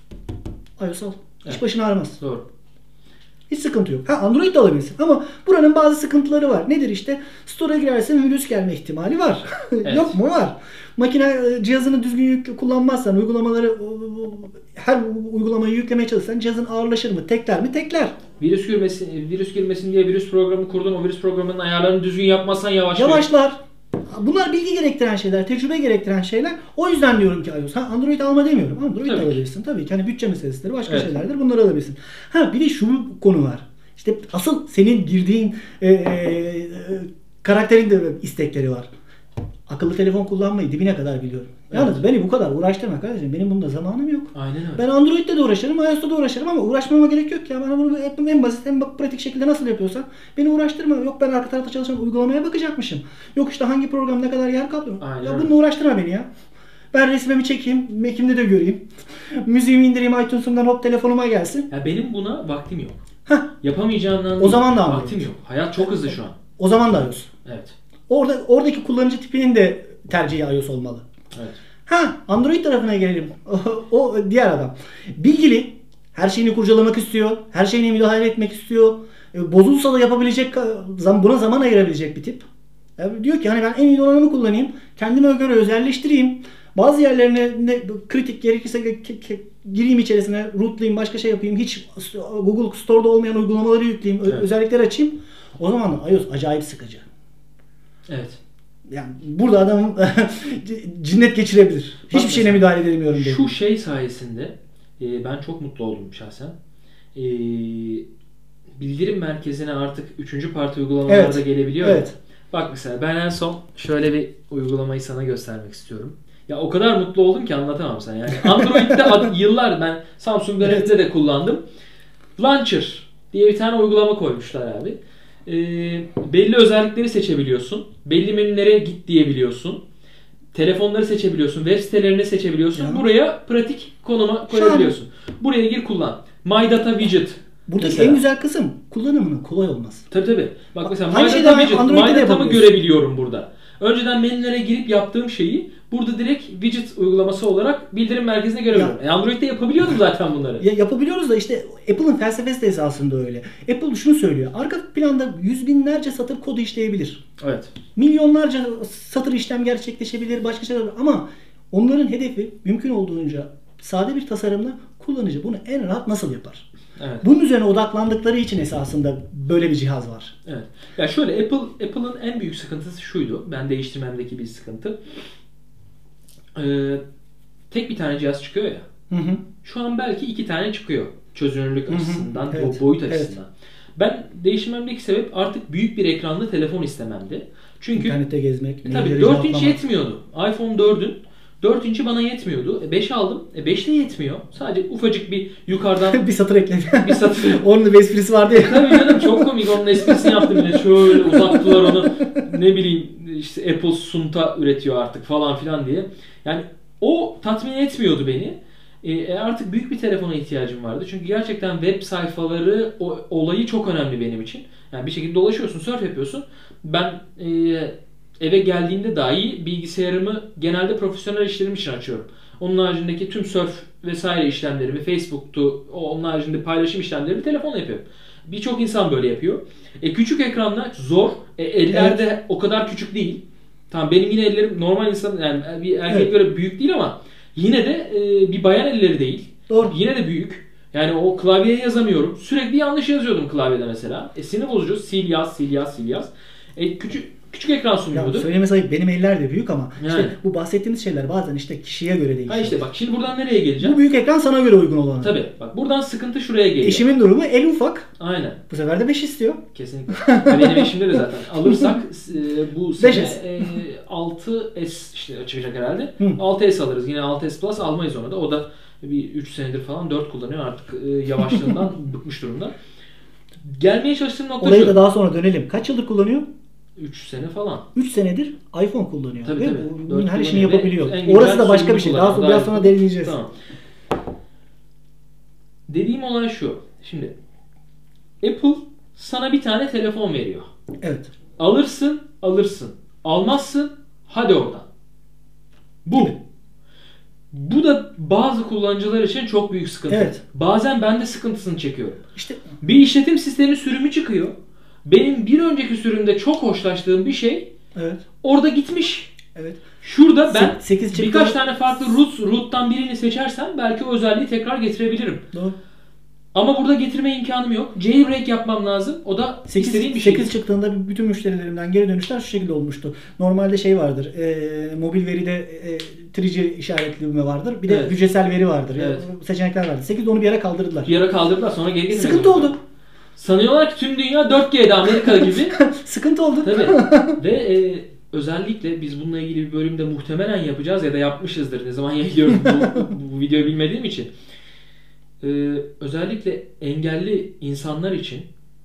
iOS al. Evet. İş başına ağrımaz. Doğru. Hiç sıkıntı yok. Ha, Android de alabilirsin ama buranın bazı sıkıntıları var. Nedir işte? Store'a girersen virüs gelme ihtimali var. Evet. Yok mu? Var. Makine cihazını düzgün yükle kullanmazsan, uygulamaları her uygulamayı yüklemeye çalışsan cihazın ağırlaşır mı? Tekler mi? Tekler. Virüs girmesin, virüs girmesin diye virüs programı kurdun. O virüs programının ayarlarını düzgün yapmazsan yavaşlıyor. Yavaşlar. Bunlar bilgi gerektiren şeyler, tecrübe gerektiren şeyler. O yüzden diyorum ki iOS. Ha, Android alma demiyorum. Android de alabilirsin. Tabii ki. Hani bütçe meselesidir, başka evet. şeylerdir. Bunları alabilirsin. Ha, bir de şu konu var. İşte asıl senin girdiğin e, e, karakterin de istekleri var. Akıllı telefon kullanmayı dibine kadar biliyorum. Yalnız evet. beni bu kadar uğraştırma kardeşim. Benim bunda zamanım yok. Aynen öyle. Ben Android'de de uğraşırım, iOS'ta da uğraşırım ama uğraşmama gerek yok ya. Ben bunu en basit, en pratik şekilde nasıl yapıyorsan beni uğraştırma. Yok ben arka tarafta çalışan uygulamaya bakacakmışım. Yok işte hangi program ne kadar yer kaplıyor. Ya bununla uğraştırma beni ya. Ben resmimi çekeyim, Mac'imde de göreyim. Müziğimi indireyim iTunes'umdan, hop telefonuma gelsin. Ya benim buna vaktim yok. Heh. Yapamayacağımdan o zaman da vaktim yok. Hayat çok hızlı şu an. O zaman da iOS. Evet. Orada oradaki kullanıcı tipinin de tercihi iOS olmalı. Evet. Ha, Android tarafına gelelim. O, o diğer adam. Bilgili, her şeyini kurcalamak istiyor, her şeyine müdahale etmek istiyor. E, bozulsa da yapabilecek, buna zaman ayırabilecek bir tip. Yani diyor ki hani ben en iyi donanımı kullanayım, kendime göre özelleştireyim. Bazı yerlerine ne, kritik gerekirse gireyim içerisine, rootlayayım, başka şey yapayım. Hiç Google Store'da olmayan uygulamaları yükleyeyim, evet. özellikleri açayım. O zaman da iOS acayip sıkıcı. Evet. Yani burada adam cinnet geçirebilir. Hiçbir Bak şeyine müdahale edemiyorum. Şu dedim. Şey sayesinde e, ben çok mutlu oldum şahsen. E, bildirim merkezine artık üçüncü parti uygulamalarda evet. gelebiliyor. Evet. Bak mesela ben en son şöyle bir uygulamayı sana göstermek istiyorum. Ya o kadar mutlu oldum ki anlatamam sana. Yani Android'de ad, yıllar ben Samsung döneminde de kullandım. Launcher diye bir tane uygulama koymuşlar abi. Ee, belli özellikleri seçebiliyorsun. Belli menülere git diyebiliyorsun. Telefonları seçebiliyorsun. Web sitelerini seçebiliyorsun. Ya. Buraya pratik konuma koyabiliyorsun. Buraya gir kullan. My Data Widget. Buradaki mesela en güzel kısım kullanımının kolay olması. Tabii tabii. Bak mesela My Data Widget. My Data'mı görebiliyorum burada. Önceden menülere girip yaptığım şeyi burada direkt widget uygulaması olarak bildirim merkezine görebiliyorum. Ya, e Android'de yapabiliyordum zaten bunları. Ya yapabiliyoruz da işte Apple'ın felsefesi de esasında öyle. Apple şunu söylüyor. Arka planda yüz binlerce satır kodu işleyebilir. Evet. Milyonlarca satır işlem gerçekleşebilir. Başka şeyler ama onların hedefi mümkün olduğunca sade bir tasarımla kullanıcı bunu en rahat nasıl yapar? Evet. Bunun üzerine odaklandıkları için esasında böyle bir cihaz var. Evet. Ya şöyle Apple Apple'ın en büyük sıkıntısı şuydu. Ben değiştirmemdeki bir sıkıntı. Ee, tek bir tane cihaz çıkıyor ya. Hı hı. Şu an belki iki tane çıkıyor. Çözünürlük hı hı. açısından, evet. boyut açısından. Evet. Ben değiştirmemdeki sebep artık büyük bir ekranlı telefon istememdi. Çünkü İnternette gezmek, tabii dört inç yetmiyordu. iPhone dördün dört inçi bana yetmiyordu. E beş aldım. E beş de yetmiyor. Sadece ufacık bir yukarıdan bir satır ekledi. bir satır. Onun bir esprisi vardı ya. Tabii canım çok komik. Onun esprisini yaptım yine. Şöyle uzattılar onu. Ne bileyim işte Apple sunta üretiyor artık falan filan diye. Yani o tatmin etmiyordu beni. E artık büyük bir telefona ihtiyacım vardı. Çünkü gerçekten web sayfaları o, olayı çok önemli benim için. Yani bir şekilde dolaşıyorsun, surf yapıyorsun. Ben e, eve geldiğimde dahi bilgisayarımı genelde profesyonel işlerim için açıyorum. Onun haricindeki tüm surf vesaire işlemlerimi, Facebook'tu, onun haricinde paylaşım işlemlerimi telefonla yapıyorum. Birçok insan böyle yapıyor. E, küçük ekranla zor. E, ellerde evet. o kadar küçük değil. Tamam benim yine ellerim normal insan yani bir erkek evet. göre büyük değil ama yine de e, bir bayan elleri değil. Doğru. Yine de büyük. Yani o klavyeye yazamıyorum. Sürekli yanlış yazıyordum klavyede mesela. E, sinir bozucu. Sil yaz, sil yaz, sil yaz. E, küçük Küçük ekran sunuyordu. Ya söylemesi ayıp. Benim eller de büyük ama yani. işte bu bahsettiğimiz şeyler bazen işte kişiye göre değişiyor. Ha işte bak şimdi buradan nereye geleceğim? Bu büyük ekran sana göre uygun olanı. Tabii. Bak buradan sıkıntı şuraya geliyor. Eşimin durumu el ufak. Aynen. Bu sefer de beş istiyor. Kesinlikle. Benim eşimde de zaten. Alırsak bu sene e, altı S işte çıkacak herhalde. Hı. altı S alırız. Yine altı S Plus almayız onu da. O da bir üç senedir falan dört kullanıyor. Artık e, yavaşlığından bıkmış durumda. Gelmeye çalıştığım nokta Oraya şu. da daha sonra dönelim. Kaç yıldır kullanıyor? üç sene falan. üç senedir iPhone kullanıyor. Tabii, ve tabii. bunun her işini yapabiliyor. Orası da başka bir şey. Daha sonra, biraz sonra derinleyeceğiz. Tamam. Dediğim olay şu. Şimdi Apple sana bir tane telefon veriyor. Evet. Alırsın, alırsın. Almazsın, hadi oradan. Bu. Bu da bazı kullanıcılar için çok büyük sıkıntı. Evet. Bazen ben de sıkıntısını çekiyorum. İşte bir işletim sistemi sürümü çıkıyor. Benim bir önceki sürümde çok hoşlaştığım bir şey evet. orada gitmiş. Evet. Şurada ben sekiz birkaç tane farklı root, root'tan birini seçersem belki o özelliği tekrar getirebilirim. Doğru. Ama burada getirme imkanım yok. Jailbreak yapmam lazım. O da sekiz, istediğim bir şey. sekiz çıktığında bütün müşterilerimden geri dönüşler şu şekilde olmuştu. Normalde şey vardır. E, mobil veride e, üç G işaretleme vardır. Bir de evet. hücresel veri vardır. Evet. Yani seçenekler vardır. sekizde onu bir yere kaldırdılar. Bir yere kaldırdılar sonra geri getirdiler. Sıkıntı oldu. Sanıyorlar ki tüm dünya dört G'de Amerika gibi. Sıkıntı oldu. Tabii. Ve e, özellikle biz bununla ilgili bir bölümde muhtemelen yapacağız ya da yapmışızdır. Ne zaman yayınlıyoruz bu, bu videoyu bilmediğim için. Ee, özellikle engelli insanlar için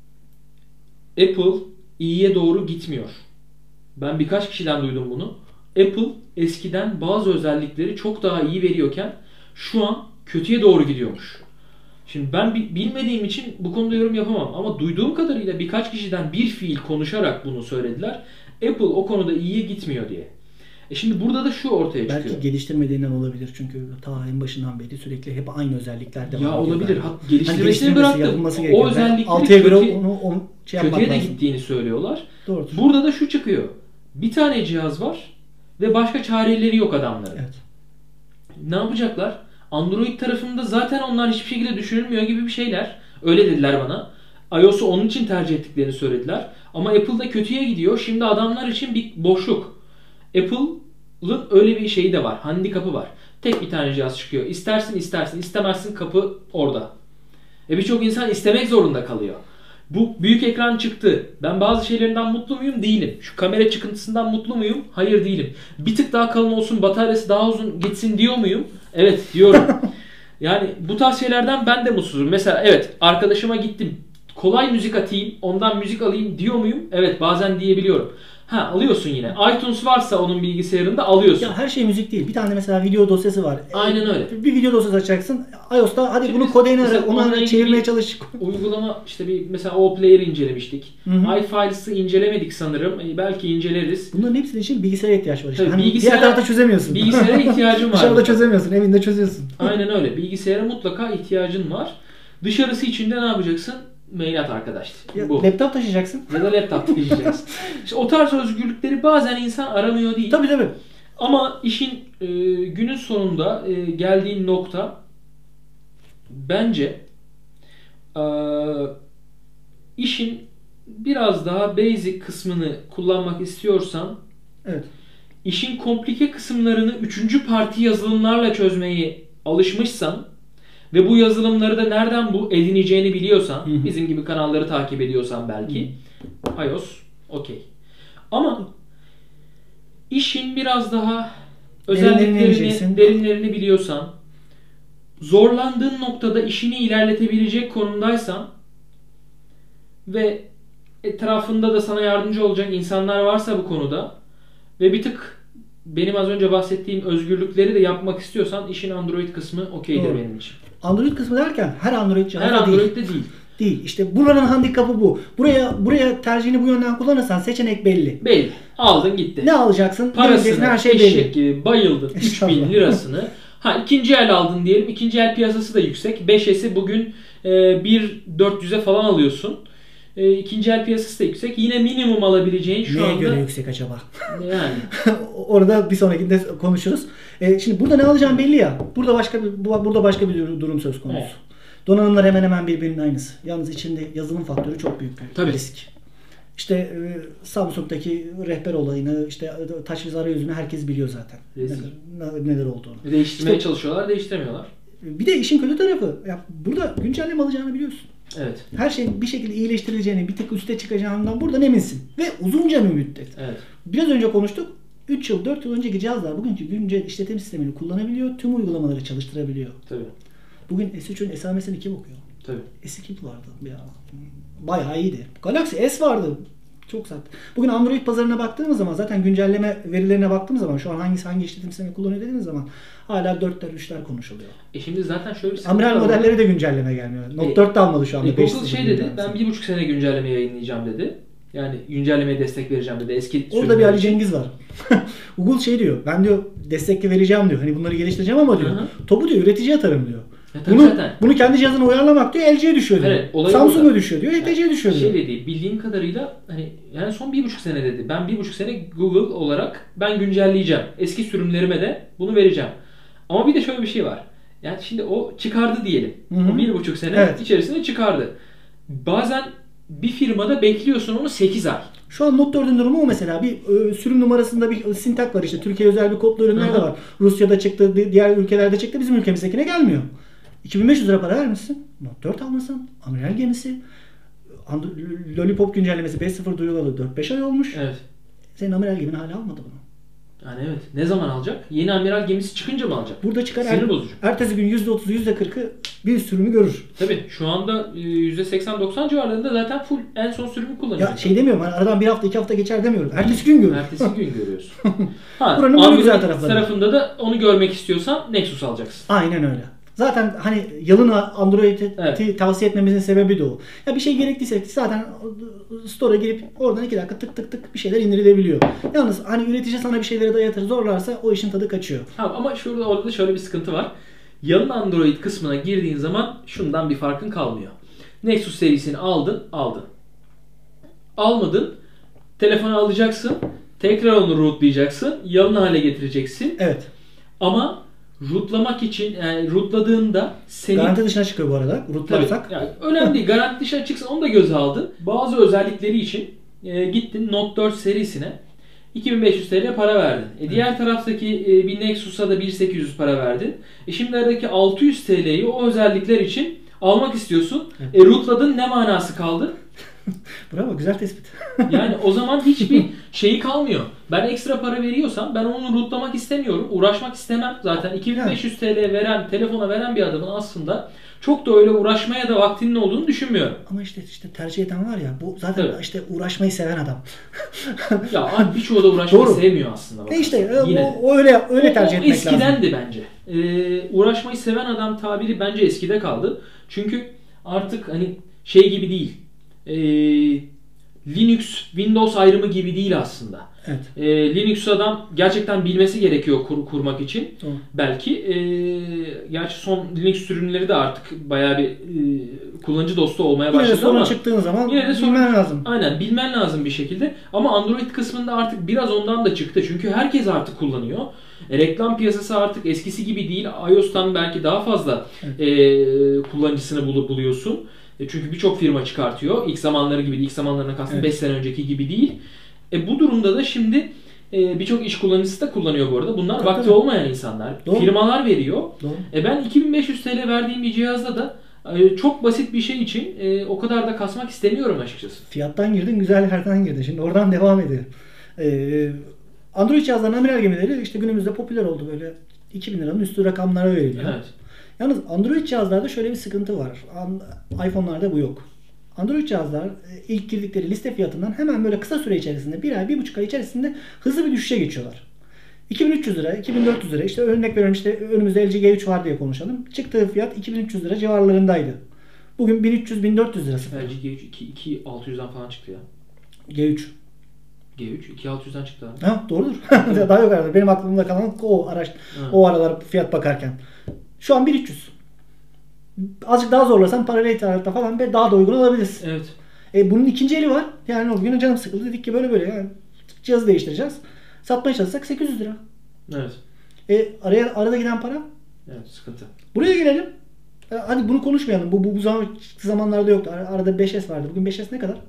Apple iyiye doğru gitmiyor. Ben birkaç kişiden duydum bunu. Apple eskiden bazı özellikleri çok daha iyi veriyorken şu an kötüye doğru gidiyormuş. Şimdi ben bilmediğim için bu konuda yorum yapamam ama duyduğum kadarıyla birkaç kişiden bir fiil konuşarak bunu söylediler. Apple o konuda iyiye gitmiyor diye. E şimdi burada da şu ortaya çıkıyor. Belki geliştirmediğinden olabilir çünkü ta en başından beri sürekli hep aynı özelliklerde var. Ya olabilir. Hat, geliştirmesini hani bıraktım. O özellikleri altıya göre onu, onu şey kötüye de lazım. gittiğini söylüyorlar. Doğrudur. Burada da şu çıkıyor. Bir tane cihaz var ve başka çareleri yok adamların. Evet. Ne yapacaklar? Android tarafında zaten onlar hiçbir şekilde düşünülmüyor gibi bir şeyler. Öyle dediler bana. iOS'u onun için tercih ettiklerini söylediler. Ama Apple'da kötüye gidiyor. Şimdi adamlar için bir boşluk. Apple'ın öyle bir şeyi de var. Handikapı var. Tek bir tane cihaz çıkıyor. İstersin istersin istemezsin kapı orada. E birçok insan istemek zorunda kalıyor. Bu büyük ekran çıktı. Ben bazı şeylerinden mutlu muyum? Değilim. Şu kamera çıkıntısından mutlu muyum? Hayır değilim. Bir tık daha kalın olsun, bataryası daha uzun gitsin diyor muyum? Evet diyorum. Yani bu tarz şeylerden ben de mutsuzum. Mesela evet, arkadaşıma gittim. Kolay müzik atayım, ondan müzik alayım diyor muyum? Evet, bazen diyebiliyorum. Ha, alıyorsun yine. iTunes varsa onun bilgisayarında alıyorsun. Ya her şey müzik değil. Bir tane mesela video dosyası var. Aynen öyle. Bir video dosyası açacaksın. iOS'ta hadi Şimdi bunu kodeyini mesela ara, onu onunla ara, ilgili çevirmeye bir çalış. Uygulama işte bir mesela OPlayer'ı incelemiştik. Hı hı. iFiles'ı incelemedik sanırım. E, belki inceleriz. Bunların hepsinin için bilgisayara ihtiyaç var işte. Tabii, hani bilgisayara- diğer tarafta çözemiyorsun. Bilgisayara ihtiyacın var. Dışarıda çözemiyorsun. Evinde çözüyorsun. Aynen öyle. Bilgisayara mutlaka ihtiyacın var. Dışarısı için de ne yapacaksın? Mail at arkadaş. Ya, Bu. laptop taşıyacaksın. Ya da laptop taşıyacaksın. İşte o tarz özgürlükleri bazen insan aramıyor değil. Tabii tabii. Ama işin e, günün sonunda e, geldiğin nokta bence e, işin biraz daha basic kısmını kullanmak istiyorsan, Evet. işin komplike kısımlarını üçüncü parti yazılımlarla çözmeyi alışmışsan ve bu yazılımları da nereden bu edineceğini biliyorsan, hı hı. bizim gibi kanalları takip ediyorsan belki, hı. iOS okey. Ama işin biraz daha özelliklerini, Derinlerini derinlerini biliyorsan, zorlandığın noktada işini ilerletebilecek konumdaysan ve etrafında da sana yardımcı olacak insanlar varsa bu konuda ve bir tık benim az önce bahsettiğim özgürlükleri de yapmak istiyorsan, işin Android kısmı okeydir Doğru. benim için. Android kısmı derken her Android Her cihazda Android'de değil. değil. Değil. İşte buranın handikapı bu. Buraya buraya tercihini bu yönden kullanırsan seçenek belli. Belli. Aldın gitti. Ne alacaksın? Parasını, her şey eşek belli. gibi bayıldın. üç bin lirasını. Ha, ikinci el aldın diyelim. İkinci el piyasası da yüksek. beş S'i bugün e, bir bin dört yüze falan alıyorsun. E, ikinci el piyasası da yüksek. Yine minimum alabileceğin şu Neye anda. göre yüksek acaba? Yani. Orada bir sonrakinde konuşuruz. E, şimdi burada ne alacağım belli ya. Burada başka bir bu- burada başka bir durum söz konusu. Evet. Donanımlar hemen hemen birbirinin aynısı. Yalnız içinde yazılım faktörü çok büyük bir Tabii. risk. İşte e, Samsung'daki rehber olayını, işte TouchWiz arayüzünü herkes biliyor zaten. Rezil. Neler, neler olduğunu. Değiştirmeye İşte- çalışıyorlar, değiştiremiyorlar. Bir de işin kötü tarafı, ya burada güncelleme alacağını biliyorsun. Evet. Her şeyin bir şekilde iyileştirileceğini, bir tık üste çıkacağından buradan eminsin. Ve uzunca bir müddet. Evet. Biraz önce konuştuk. üç yıl, dört yıl önceki cihazlar bugünkü güncel işletim sistemini kullanabiliyor. Tüm uygulamaları çalıştırabiliyor. Tabii. Bugün S üç'ün S M S'ini kim okuyor? Tabii. S iki vardı. Ya. Bayağı iyiydi. Galaxy S vardı. Çok sert. Bugün Android pazarına baktığımız zaman, zaten güncelleme verilerine baktığımız zaman, şu an hangisi hangi işletim sistemi kullanıyor dediğimiz zaman hala dörtler, üçler konuşuluyor. E şimdi zaten şöyle bir sıkıntı Amiral var. modelleri de güncelleme gelmiyor. Note E, dört de almadı şu anda. E, beş Google sıfır şey dedi, güncellemesi. ben bir buçuk sene güncelleme yayınlayacağım dedi. Yani güncellemeye destek vereceğim dedi. Eski Orada bir sürümler Ali için. Cengiz var. Google şey diyor, ben diyor destek vereceğim diyor. Hani bunları geliştireceğim ama diyor. Hı hı. Topu diyor üreticiye atarım diyor. Ya tabii Bunu, zaten. bunu kendi cihazına uyarlamak diyor L G'ye düşüyor diyor. Evet, olay Samsung'a orada. düşüyor diyor, H T C'ye düşüyor diyor. Şey dedi, bildiğim kadarıyla hani yani son bir buçuk sene dedi. Ben bir buçuk sene Google olarak ben güncelleyeceğim. Eski sürümlerime de bunu vereceğim. Ama bir de şöyle bir şey var. Yani şimdi o çıkardı diyelim. Hı hı. O bir buçuk sene Evet. içerisinde çıkardı. Bazen bir firmada bekliyorsun onu sekiz ay. Şu an Note dördün durumu o mesela. Bir e, sürüm numarasında bir sintak var işte. Türkiye özel bir kodlu ürünler Hı de hı. var. Rusya'da çıktı, di- diğer ülkelerde çıktı. Bizim ülkemizdekine gelmiyor. iki bin beş yüz lira para vermişsin. Note dört almasın. Amiral gemisi. And- Lollipop güncellemesi beş nokta sıfır duyulalı dört beş ay olmuş. Evet. Senin amiral gemin hala almadı bunu. Yani evet. Ne zaman alacak? Yeni amiral gemisi çıkınca mı alacak? Burada çıkar Sinir er, bozucu. ertesi gün yüzde otuzu yüzde kırkı bir sürümü görür. Tabii şu anda e, yüzde seksen doksan civarlarında zaten full en son sürümü kullanıyor. Ya şey demiyorum, hani aradan bir hafta iki hafta geçer demiyorum. Ertesi gün görür. Ertesi gün görüyorsun. Ha, Buranın böyle Android güzel tarafları var. tarafında da onu görmek istiyorsan Nexus alacaksın. Aynen öyle. Zaten hani yalın Android'i Evet. tavsiye etmemizin sebebi de o. Ya bir şey gerektiyse zaten store'a girip oradan iki dakika tık tık tık bir şeyler indirilebiliyor. Yalnız hani üretici sana bir şeyleri dayatır, zorlarsa o işin tadı kaçıyor. Ha, ama şurada orada da şöyle bir sıkıntı var. Yalın Android kısmına girdiğin zaman şundan bir farkın kalmıyor. Nexus serisini aldın, aldın. Almadın, telefonu alacaksın, tekrar onu rootlayacaksın, yalın hale getireceksin. Evet. Ama rootlamak için, yani rootladığında senin... Garanti dışına çıkıyor bu arada. Rootlarsak. Tabii, yani önemli değil. Garanti dışarı çıksın, onu da göze aldın. Bazı özellikleri için e, gittin Note dört serisine iki bin beş yüz TL para verdin. E, diğer taraftaki e, bir Nexus'a da bin sekiz yüz para verdin. E, şimdi aradaki altı yüz TL'yi o özellikler için almak istiyorsun. E, rootladın, ne manası kaldı? Bravo, güzel tespit. Yani o zaman hiçbir şeyi kalmıyor. Ben ekstra para veriyorsam ben onu rootlamak istemiyorum. Uğraşmak istemem. Zaten iki bin beş yüz T L veren, telefona veren bir adamın aslında çok da öyle uğraşmaya da vaktinin olduğunu düşünmüyorum. Ama işte işte tercih eden var ya, bu zaten evet. işte uğraşmayı seven adam. Ya abi birçoğu da uğraşmayı Doğru. sevmiyor aslında. E işte Yine o, o öyle öyle tercih o, o etmek lazım. eskidendi bence. Ee, uğraşmayı seven adam tabiri bence eskide kaldı. Çünkü artık hani şey gibi değil. Ee, Linux, Windows ayrımı gibi değil aslında. Evet. Ee, Linux adam gerçekten bilmesi gerekiyor kur, kurmak için. Doğru. Belki. Ee, gerçi son Linux sürümleri de artık bayağı bir e, kullanıcı dostu olmaya başladı yine de ama. sorun çıktığın zaman yine de sorun, bilmen lazım. Aynen bilmen lazım bir şekilde. Ama Android kısmında artık biraz ondan da çıktı. Çünkü herkes artık kullanıyor. E, reklam piyasası artık eskisi gibi değil. iOS'tan belki daha fazla evet. e, kullanıcısını bulup buluyorsun. Çünkü birçok firma çıkartıyor. İlk zamanları gibi değil. İlk zamanlarına kastım evet. beş sene önceki gibi değil. E bu durumda da şimdi e, birçok iş kullanıcısı da kullanıyor bu arada. Bunlar tabii vakti tabii. olmayan insanlar. Doğru. Firmalar veriyor. Doğru. E ben iki bin beş yüz T L verdiğim bir cihazda da e, çok basit bir şey için e, o kadar da kasmak istemiyorum açıkçası. Fiyattan girdin, güzel yerden girdin. Şimdi oradan devam edelim. E, Android cihazların amiral gemileri işte günümüzde popüler oldu, böyle iki bin liranın üstü rakamlara veriliyor. Evet. Yalnız Android cihazlarda şöyle bir sıkıntı var. iPhone'larda bu yok. Android cihazlar ilk girdikleri liste fiyatından hemen böyle kısa süre içerisinde, bir ay, bir buçuk ay içerisinde hızlı bir düşüşe geçiyorlar. iki bin üç yüz lira, iki bin dört yüz lira, işte örnek veriyorum, işte önümüzde L G G üç var diye konuşalım. Çıktığı fiyat iki bin üç yüz lira civarlarındaydı. Bugün bin üç yüz bin dört yüz lira. L G G üç iki bin altı yüzden falan çıktı ya. G üç. G üç iki bin altı yüzden çıktı abi. Ha, doğrudur. Daha yok arada. Benim aklımda kalan o araç, ha. o aralar fiyat bakarken. Şu an bin üç yüz. Azıcık daha zorlasan paralel ithalatla falan be daha da uygun olabilir. Evet. E, bunun ikinci eli var. Yani o gün canım sıkıldı. Dedik ki böyle böyle yani cihazı değiştireceğiz. Satmaya çalışsak sekiz yüz lira. Evet. E, araya arada giden para? Evet, sıkıntı. Buraya gelelim. E, hadi bunu konuşmayalım. Bu bu, bu zaman zamanlarda yoktu. Arada beş S vardı. Bugün beş S ne kadar?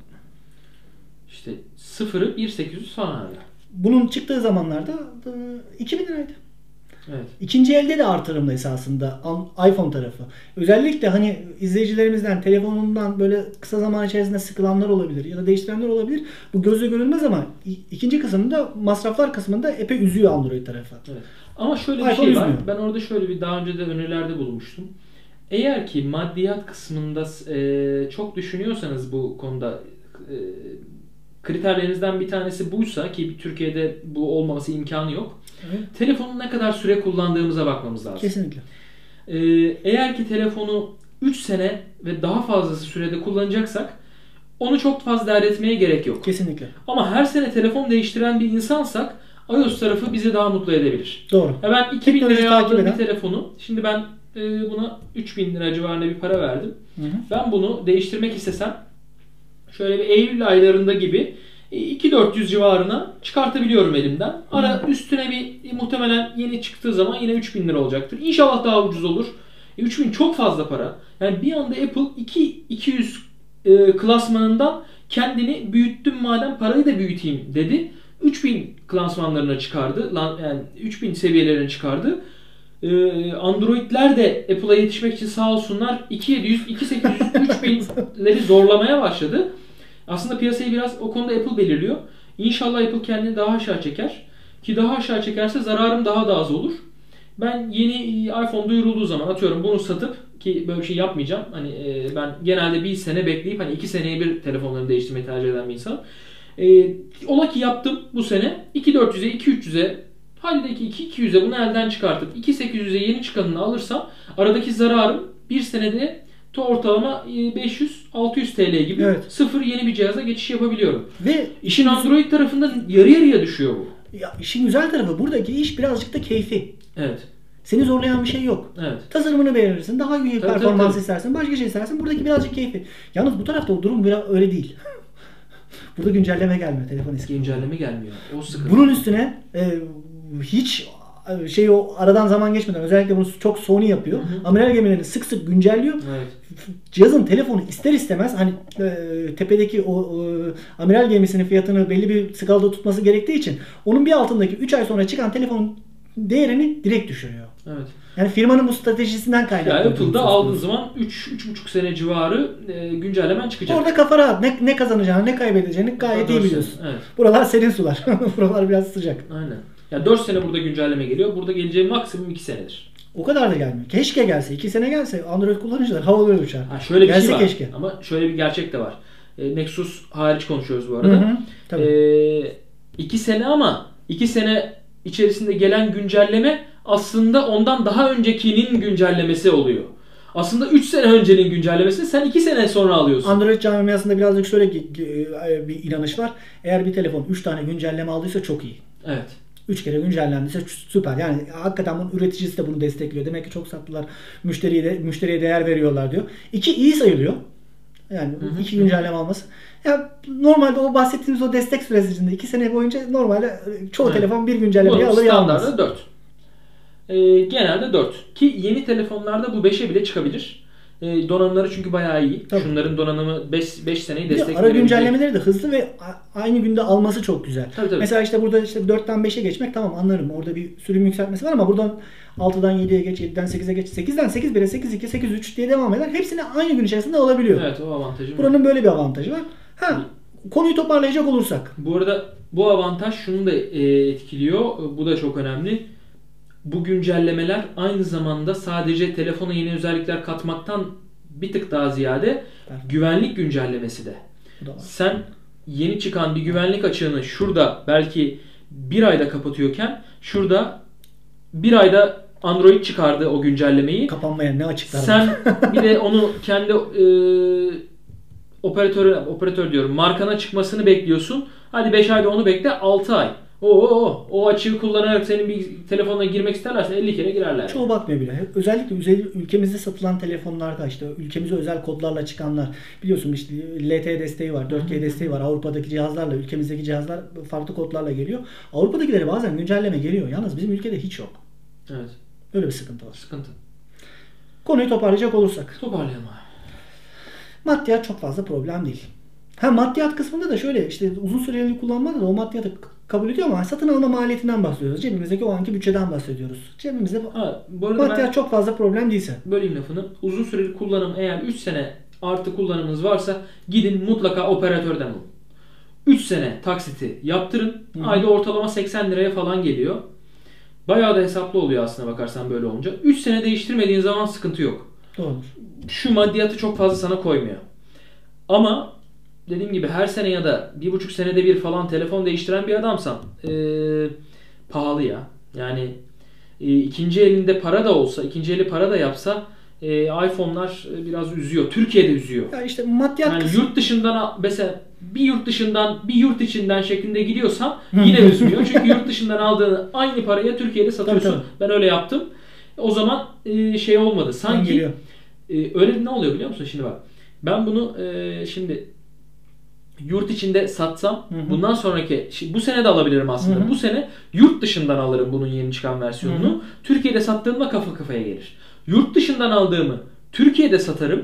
İşte sıfırı bir bin sekiz yüz falan arada. Bunun çıktığı zamanlarda e, iki bin liraydı. Evet. İkinci elde de artırımda esasında iPhone tarafı. Özellikle hani izleyicilerimizden telefonundan böyle kısa zaman içerisinde sıkılanlar olabilir ya da değiştirenler olabilir. Bu gözle görülmez ama ikinci kısmında, masraflar kısmında epey üzüyor Android tarafı. Evet. Ama şöyle bir iPhone şey var. üzmüyor. Ben orada şöyle bir daha önce de önerilerde bulunmuştum. Eğer ki maddiyat kısmında e, çok düşünüyorsanız bu konuda e, kriterlerinizden bir tanesi buysa ki Türkiye'de bu olmaması imkanı yok. Evet. Telefonu ne kadar süre kullandığımıza bakmamız lazım. Kesinlikle. Ee, eğer ki telefonu üç sene ve daha fazlası sürede kullanacaksak onu çok fazla dert etmeye gerek yok. Kesinlikle. Ama her sene telefon değiştiren bir insansak iOS tarafı bizi daha mutlu edebilir. Doğru. Ya ben iki bin liraya aldığım bir telefonu, şimdi ben e, buna üç bin lira civarında bir para verdim. Hı hı. Ben bunu değiştirmek istesem şöyle bir Eylül aylarında gibi iki bin dört yüz civarına çıkartabiliyorum elimden. Ara hmm. üstüne bir muhtemelen yeni çıktığı zaman yine üç bin lira olacaktır. İnşallah daha ucuz olur. E, üç bin çok fazla para. Yani bir anda Apple iki iki yüz e, klasmanından kendini büyüttüm, madem parayı da büyüteyim dedi. üç bin klasmanlarına çıkardı. Yani üç bin seviyelerine çıkardı. Ee, Android'ler de Apple'a yetişmek için sağ olsunlar iki bin yedi yüz, iki bin sekiz yüz, üç binleri zorlamaya başladı. Aslında piyasayı biraz o konuda Apple belirliyor. İnşallah Apple kendini daha aşağı çeker. Ki daha aşağı çekerse zararım daha da az olur. Ben yeni iPhone duyurulduğu zaman atıyorum bunu satıp, ki böyle bir şey yapmayacağım. Hani e, ben genelde bir sene bekleyip hani iki seneye bir telefonlarını değiştirmeyi tercih eden bir insanım. E, ola ki yaptım bu sene. iki bin dört yüze, iki bin üç yüze, hadi de ki iki bin iki yüze bunu elden çıkartıp iki bin sekiz yüze yeni çıkanını alırsam aradaki zararım bir senede to ortalama beş yüz altı yüz T L gibi, evet. Sıfır yeni bir cihaza geçiş yapabiliyorum. Ve işin Android tarafında yarı yarıya düşüyor bu. Ya işin güzel tarafı, buradaki iş birazcık da keyfi. Evet. Seni zorlayan bir şey yok. Evet. Tasarımını beğenirsin, daha iyi tabii, performans tabii, tabii. istersin, başka şey istersin. Buradaki birazcık keyfi. Yalnız bu tarafta o durum biraz öyle değil. Burada güncelleme gelmiyor, telefon eski. Güncelleme gelmiyor. O sıkıntı. Bunun üstüne e, hiç şey o aradan zaman geçmeden, özellikle bunu çok Sony yapıyor. Hı hı. Amiral gemilerini sık sık güncelliyor. Evet. Cihazın telefonu ister istemez hani e, tepedeki o e, amiral gemisinin fiyatını belli bir skalada tutması gerektiği için onun bir altındaki üç ay sonra çıkan telefonun değerini direkt düşürüyor. Evet. Yani firmanın bu stratejisinden kaynaklı. Yani Apple'da aldığın zaman üç üç buçuk sene civarı e, güncellemen çıkacak. Orada kafa rahat. Ne, ne kazanacağını, ne kaybedeceğini gayet iyi biliyorsun. Evet. Buralar serin sular. Buralar biraz sıcak. Aynen. Ya dört sene burada güncelleme geliyor. Burada geleceği maksimum iki senedir. O kadar da gelmiyor. Keşke gelse. iki sene gelse Android kullanıcılar havalı uçar. Ha, şöyle bir gelse şey var. Keşke. Ama şöyle bir gerçek de var. E, Nexus hariç konuşuyoruz bu arada. Hı hı, tabii. E, iki sene ama iki sene içerisinde gelen güncelleme aslında ondan daha öncekinin güncellemesi oluyor. Aslında üç sene öncenin güncellemesi sen iki sene sonra alıyorsun. Android camiasında birazcık şöyle bir inanış var. Eğer bir telefon üç tane güncelleme aldıysa çok iyi. Evet. üç kere güncellendiyse süper. Yani hakikaten bunun üreticisi de bunu destekliyor. Demek ki çok sattılar. Müşteriye de, müşteriye değer veriyorlar diyor. İki iyi sayılıyor. Yani hı hı. iki güncelleme alması. Ya normalde o bahsettiğimiz o destek süresinde iki sene boyunca normalde çoğu evet. telefon bir güncellemeyi alır ya almaz. Standartı dört. Ee, genelde dört. Ki yeni telefonlarda bu beşe bile çıkabilir. Ee, donanımları çünkü bayağı iyi. Tabii. Şunların donanımı beş seneyi destekliyor. Ara güncellemeleri de hızlı ve aynı günde alması çok güzel. Tabii, tabii. Mesela işte burada işte dörtten beşe geçmek tamam anlarım. Orada bir sürüm yükseltmesi var ama buradan altıdan yediye geç, yediden sekize geç, sekizden sekiz bire, sekiz iki, sekiz üç diye devam eder. Hepsini aynı gün içerisinde alabiliyor. Evet, o avantajı. Buranın böyle bir avantajı var. Ha, konuyu toparlayacak olursak. Bu arada bu avantaj şunu da etkiliyor. Bu da çok önemli. Bu güncellemeler aynı zamanda sadece telefona yeni özellikler katmaktan bir tık daha ziyade evet. güvenlik güncellemesi de. Sen yeni çıkan bir güvenlik açığını şurada belki bir ayda kapatıyorken şurada bir ayda Android çıkardı o güncellemeyi. Kapanmayan ne açıklar var. Sen bir de onu kendi e, operatör operatör diyorum markana çıkmasını bekliyorsun. Hadi beş ayda onu bekle, altı ay. O o o açığı kullanarak senin bir telefonuna girmek isterlerse elli kere girerler. Çoğu bakmıyor bile. Özellikle ülkemizde satılan telefonlarda işte ülkemize özel kodlarla çıkanlar biliyorsun işte L T E desteği var, dört G desteği var. Avrupa'daki cihazlarla ülkemizdeki cihazlar farklı kodlarla geliyor. Avrupa'dakileri bazen güncelleme geliyor. Yalnız bizim ülkede hiç yok. Evet. Böyle bir sıkıntı var. Sıkıntı. Konuyu toparlayacak olursak. Toparlayalım abi. Maddiyat çok fazla problem değil. Ha maddiyat kısmında da şöyle işte uzun süreli kullanmada da o maddiyatı kabul ediyor ama satın alma maliyetinden bahsediyoruz. Cebimizdeki o anki bütçeden bahsediyoruz. Cebimizde ha, bu arada maddiyat çok fazla problem değilse. Böleyim lafını. Uzun süreli kullanım eğer üç sene artı kullanımınız varsa gidin mutlaka operatörden alın. üç sene taksiti yaptırın. Hı-hı. Ayda ortalama seksen liraya falan geliyor. Bayağı da hesaplı oluyor aslına bakarsan böyle olunca. üç sene değiştirmediğin zaman sıkıntı yok. Doğru. Şu maddiyatı çok fazla sana koymuyor. Ama dediğim gibi her sene ya da bir buçuk senede bir falan telefon değiştiren bir adamsan ee, pahalı ya. Yani e, ikinci elinde para da olsa, ikinci eli para da yapsa e, iPhone'lar biraz üzüyor. Türkiye'de üzüyor. Ya işte maddiyat yani yurt dışından mesela bir yurt dışından bir yurt içinden şeklinde gidiyorsan yine üzmüyor. Çünkü yurt dışından aldığın aynı paraya Türkiye'de satıyorsun. Tabii, tabii. Ben öyle yaptım. O zaman e, şey olmadı. Sanki e, öyle ne oluyor biliyor musun? Şimdi bak. Ben bunu e, şimdi yurt içinde satsam hı hı. bundan sonraki bu sene de alabilirim aslında. Hı hı. Bu sene yurt dışından alırım bunun yeni çıkan versiyonunu. Hı hı. Türkiye'de sattığımda kafa kafaya gelir. Yurt dışından aldığımı Türkiye'de satarım.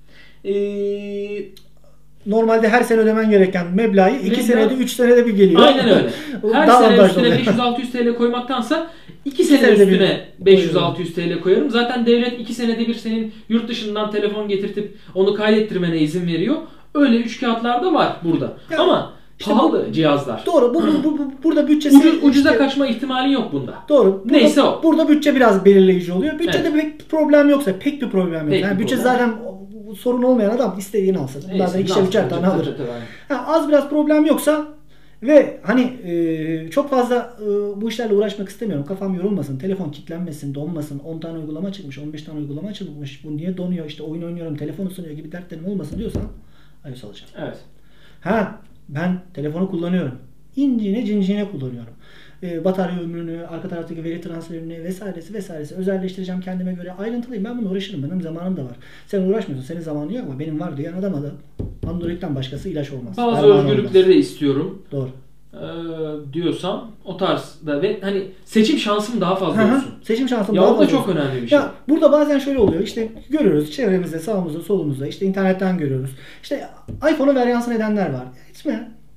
Ee, Normalde her sene ödemen gereken meblağı iki Meblağ... senede üç senede bir geliyor. Aynen öyle. Her sene üstüne beş yüz altı yüz T L koymaktansa iki sene üstüne beş yüz altı yüz T L koyarım. Zaten devlet iki senede bir senin yurt dışından telefon getirtip onu kaydettirmene izin veriyor. Öyle üç kağıtlar da var burada. Ya, ama işte pahalı bu, cihazlar. Doğru. Bu, bu, bu, bu burada bütçesi Ucu, ucuza işte, kaçma ihtimali yok bunda. Doğru. Burada, neyse o. Burada bütçe biraz belirleyici oluyor. Bütçede evet. pek bir problem yoksa, pek bir problem yok. Yani bütçe problem. Zaten sorun olmayan adam istediğini alsın. Bunlardan ikişer üçer tane alır. Tabii, tabii, ha, az biraz problem yoksa ve hani e, çok fazla e, bu işlerle uğraşmak istemiyorum. Kafam yorulmasın, telefon kilitlenmesin, donmasın. on tane uygulama çıkmış, on beş tane uygulama çıkmış. Bu niye donuyor? İşte oyun oynuyorum, telefon ısınıyor gibi dertlerim olmasın diyorsan iOS alacağım. Evet. Ha ben telefonu kullanıyorum. İnciğine cinciğine kullanıyorum. Ee, batarya ömrünü, arka taraftaki veri transferini vesairesi vesairesi özelleştireceğim kendime göre. Ayrıntılıyım. Ben bunu uğraşırım. Benim zamanım da var. Sen uğraşmıyorsun. Senin zamanın yok ama benim var diyen adama da Android'den başkası ilaç olmaz. Bazı Derman özgürlükleri olmaz. De istiyorum. Doğru. Ee, diyorsam o tarzda ve hani seçim şansım daha fazla Hı-hı. olsun. Seçim şansım ya daha fazla. Ya o da çok önemli bir şey. Ya burada bazen şöyle oluyor. İşte görüyoruz çevremizde, sağımızda, solumuzda işte internetten görüyoruz. İşte iPhone'u varyansın edenler var. Hiç mi? Çünkü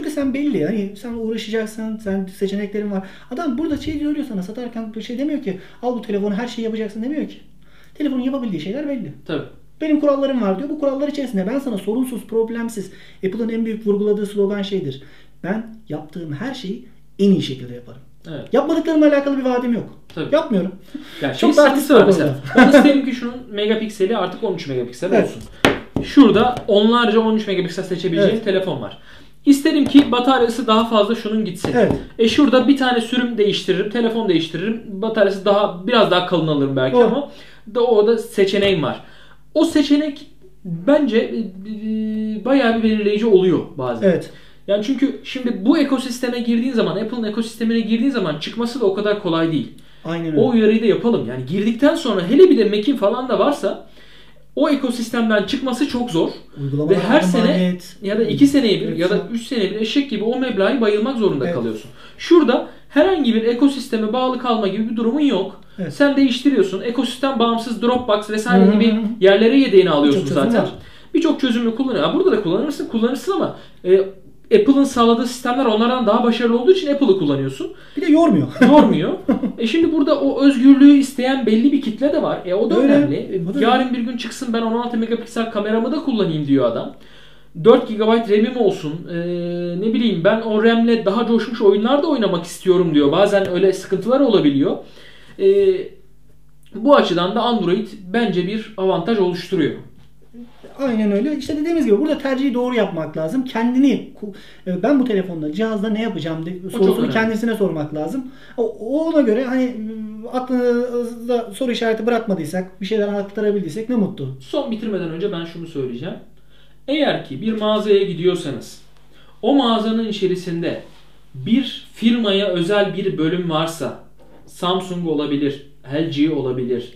Burada sen belli. Hani sen uğraşacaksın. Sen seçeneklerin var. Adam burada şey diyor sana, satarken bir şey demiyor ki. Al bu telefonu, her şeyi yapacaksın demiyor ki. Telefonun yapabildiği şeyler belli. Tabii. Benim kurallarım var diyor. Bu kurallar içerisinde ben sana sorunsuz, problemsiz. Apple'ın en büyük vurguladığı slogan şeydir. Ben yaptığım her şeyi en iyi şekilde yaparım. Evet. Yapmadıklarımla alakalı bir vaadim yok. Tabii. Yapmıyorum. Yani Çok şey da sıkıntısı var mesela. orada. Ben isterim ki şunun megapikseli artık on üç megapiksel Evet. olsun. Şurada onlarca on üç megapiksel seçebileceğim Evet. telefon var. İsterim ki bataryası daha fazla şunun gitsin. Evet. E şurada bir tane sürüm değiştiririm, telefon değiştiririm. Bataryası daha biraz daha kalın alırım belki O. ama da o da seçeneğim var. O seçenek bence e, e, bayağı bir belirleyici oluyor bazen. Evet. Yani çünkü şimdi bu ekosisteme girdiğin zaman, Apple'ın ekosistemine girdiğin zaman çıkması da o kadar kolay değil. Aynen öyle. O uyarıyı da yapalım. Yani girdikten sonra hele bir de Mac'in falan da varsa o ekosistemden çıkması çok zor. Uygulamalar, Ve her sene maliyet, ya da iki seneye bir evet, ya da üç seneye bir eşek gibi o meblağı bayılmak zorunda Evet. kalıyorsun. Şurada herhangi bir ekosisteme bağlı kalma gibi bir durumun yok. Evet. Sen değiştiriyorsun. Ekosistem bağımsız Dropbox vesaire Hı hı gibi hı. yerlere yedeğini alıyorsun Birçok çözüm zaten. var. Birçok çözümü kullanıyor. Ha, burada da kullanırsın, kullanırsın ama e, Apple'ın sağladığı sistemler onlardan daha başarılı olduğu için Apple'ı kullanıyorsun. Bir de yormuyor. Yormuyor. E şimdi burada o özgürlüğü isteyen belli bir kitle de var. E o da Öyle. önemli. E, O da Yarın bir gün çıksın ben on altı megapiksel kameramı da kullanayım diyor adam. dört gigabayt RAM'im olsun. E, ne bileyim ben o RAM'le daha coşmuş oyunlar da oynamak istiyorum diyor. Bazen öyle sıkıntılar olabiliyor. E, bu açıdan da Android bence bir avantaj oluşturuyor. Aynen öyle. İşte dediğimiz gibi burada tercihi doğru yapmak lazım. Kendini ben bu telefonla, cihazda ne yapacağım diye sorusunu önemli. kendisine sormak lazım. O, ona göre hani aklınızda soru işareti bırakmadıysak, bir şeyler aktarabildiysek ne mutlu. Son bitirmeden önce ben şunu söyleyeceğim. Eğer ki bir mağazaya gidiyorsanız o mağazanın içerisinde bir firmaya özel bir bölüm varsa Samsung olabilir, L G olabilir,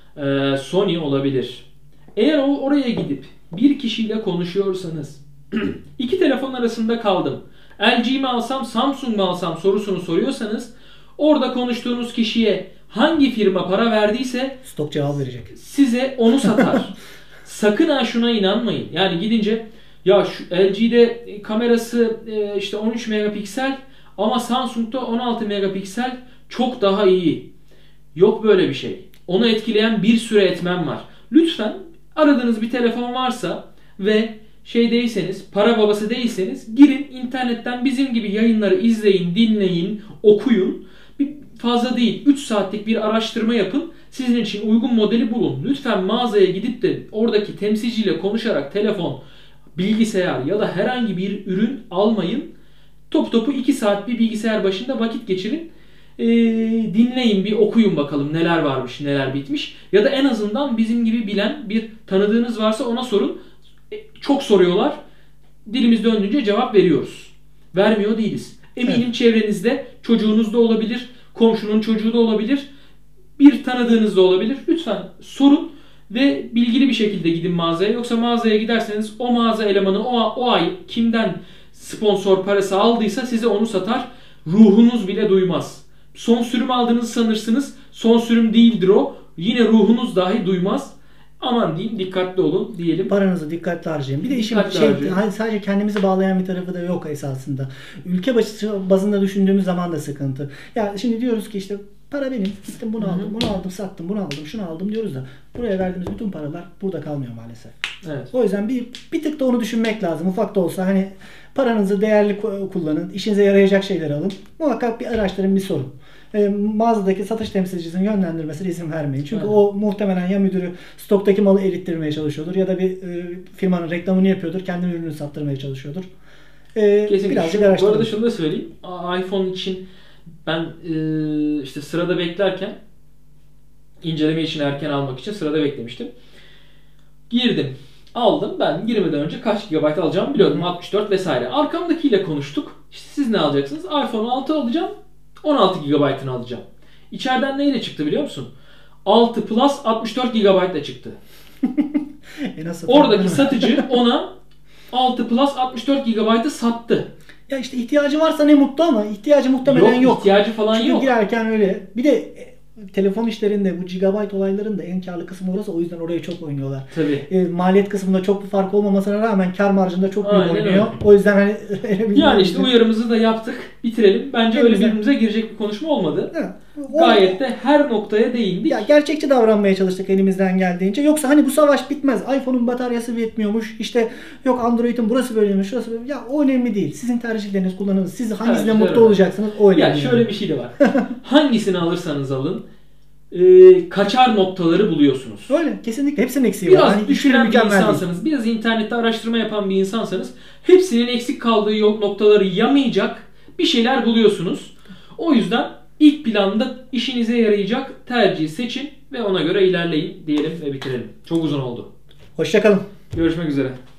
Sony olabilir. Eğer o oraya gidip bir kişiyle konuşuyorsanız iki telefon arasında kaldım. L G mi alsam, Samsung mu alsam sorusunu soruyorsanız orada konuştuğunuz kişiye hangi firma para verdiyse Stok cevap verecek. size onu satar. Sakın ha şuna inanmayın. Yani gidince ya şu L G'de kamerası işte on üç megapiksel ama Samsung'da on altı megapiksel çok daha iyi. Yok böyle bir şey. Onu etkileyen bir sürü etmen var. Lütfen aradığınız bir telefon varsa ve şey değilseniz, para babası değilseniz girin internetten bizim gibi yayınları izleyin, dinleyin, okuyun. Bir fazla değil üç saatlik bir araştırma yapın. Sizin için uygun modeli bulun. Lütfen mağazaya gidip de oradaki temsilciyle konuşarak telefon, bilgisayar ya da herhangi bir ürün almayın. Top topu iki saat bir bilgisayar başında vakit geçirin. Ee, dinleyin bir okuyun bakalım neler varmış neler bitmiş. Ya da en azından bizim gibi bilen bir tanıdığınız varsa ona sorun. E, çok soruyorlar. Dilimiz döndüğünce cevap veriyoruz. Vermiyor değiliz. Eminim evet. Çevrenizde çocuğunuz da olabilir. Komşunun çocuğu da olabilir. Bir tanıdığınız da olabilir. Lütfen sorun ve bilgili bir şekilde gidin mağazaya. Yoksa mağazaya giderseniz o mağaza elemanı o, o ay kimden sponsor parası aldıysa size onu satar. Ruhunuz bile duymaz. Son sürüm aldığınızı sanırsınız. Son sürüm değildir o. Yine ruhunuz dahi duymaz. Aman diyeyim dikkatli olun diyelim. Paranızı dikkatli harcayın. Bir de işin Dikkatli şey, harcayın. sadece kendimizi bağlayan bir tarafı da yok esasında. Ülke bazında düşündüğümüz zaman da sıkıntı. Ya şimdi diyoruz ki işte para benim. Gittim bunu aldım, bunu aldım, sattım, bunu aldım, şunu aldım diyoruz da buraya verdiğimiz bütün paralar burada kalmıyor maalesef. Evet. O yüzden bir bir tık da onu düşünmek lazım. Ufak da olsa hani paranızı değerli kullanın, işinize yarayacak şeyler alın. Muhakkak bir araştırın, bir sorun. E, mağazadaki satış temsilcisinin yönlendirmesine izin vermeyin. Çünkü evet. O muhtemelen ya müdürü stoktaki malı erittirmeye çalışıyordur ya da bir e, firmanın reklamını yapıyordur. Kendi ürününü sattırmaya çalışıyordur. E, Kesinlikle. Birazcık Şu, bu araştırın. arada şunu da söyleyeyim. iPhone için ben e, işte sırada beklerken inceleme için erken almak için sırada beklemiştim. Girdim. Aldım. Ben girmeden önce kaç gigabayt alacağımı biliyordum. Hı. altmış dört vesaire. Arkamdakiyle konuştuk. İşte siz ne alacaksınız? iPhone altı alacağım. on altı gigabaytını alacağım. İçeriden neyle çıktı biliyor musun? altı Plus altmış dört gigabaytla çıktı. e nasıl Oradaki satıcı ona altı Plus altmış dört gigabaytı sattı. Ya işte ihtiyacı varsa ne mutlu ama ihtiyacı muhtemelen yok. Yok ihtiyacı falan Çünkü yok. girerken öyle. Bir de telefon işlerinde bu gigabyte olaylarında en karlı kısmı orası. O yüzden oraya çok oynuyorlar. Tabii. E, maliyet kısmında çok bir fark olmamasına rağmen kar marjında çok büyük Aynen oynuyor. öyle. O yüzden hani yani işte uyarımızı da yaptık. Bitirelim. Bence öyle birbirimize girecek bir konuşma olmadı. Evet. O, Gayet de her noktaya değindik. Ya gerçekçi davranmaya çalıştık elimizden geldiğince. Yoksa hani bu savaş bitmez. iPhone'un bataryası yetmiyormuş. İşte yok Android'in burası böyleymiş, şurası böyle. Ya o önemli değil. Sizin tercihleriniz, kullanımınız. Siz hangisine Evet, mutlu evet. olacaksınız o önemli. Ya şöyle bir şey de var. Hangisini alırsanız alın e, kaçar noktaları buluyorsunuz. Öyle. Kesinlikle. Hepsinin eksiği Biraz var. Hani düşünen bir mükemmel değil. insansanız, biraz internette araştırma yapan bir insansanız hepsinin eksik kaldığı yok noktaları yamayacak bir şeyler buluyorsunuz. O yüzden ilk planda işinize yarayacak tercihi seçin ve ona göre ilerleyin diyelim ve bitirelim. Çok uzun oldu. Hoşça kalın. Görüşmek üzere.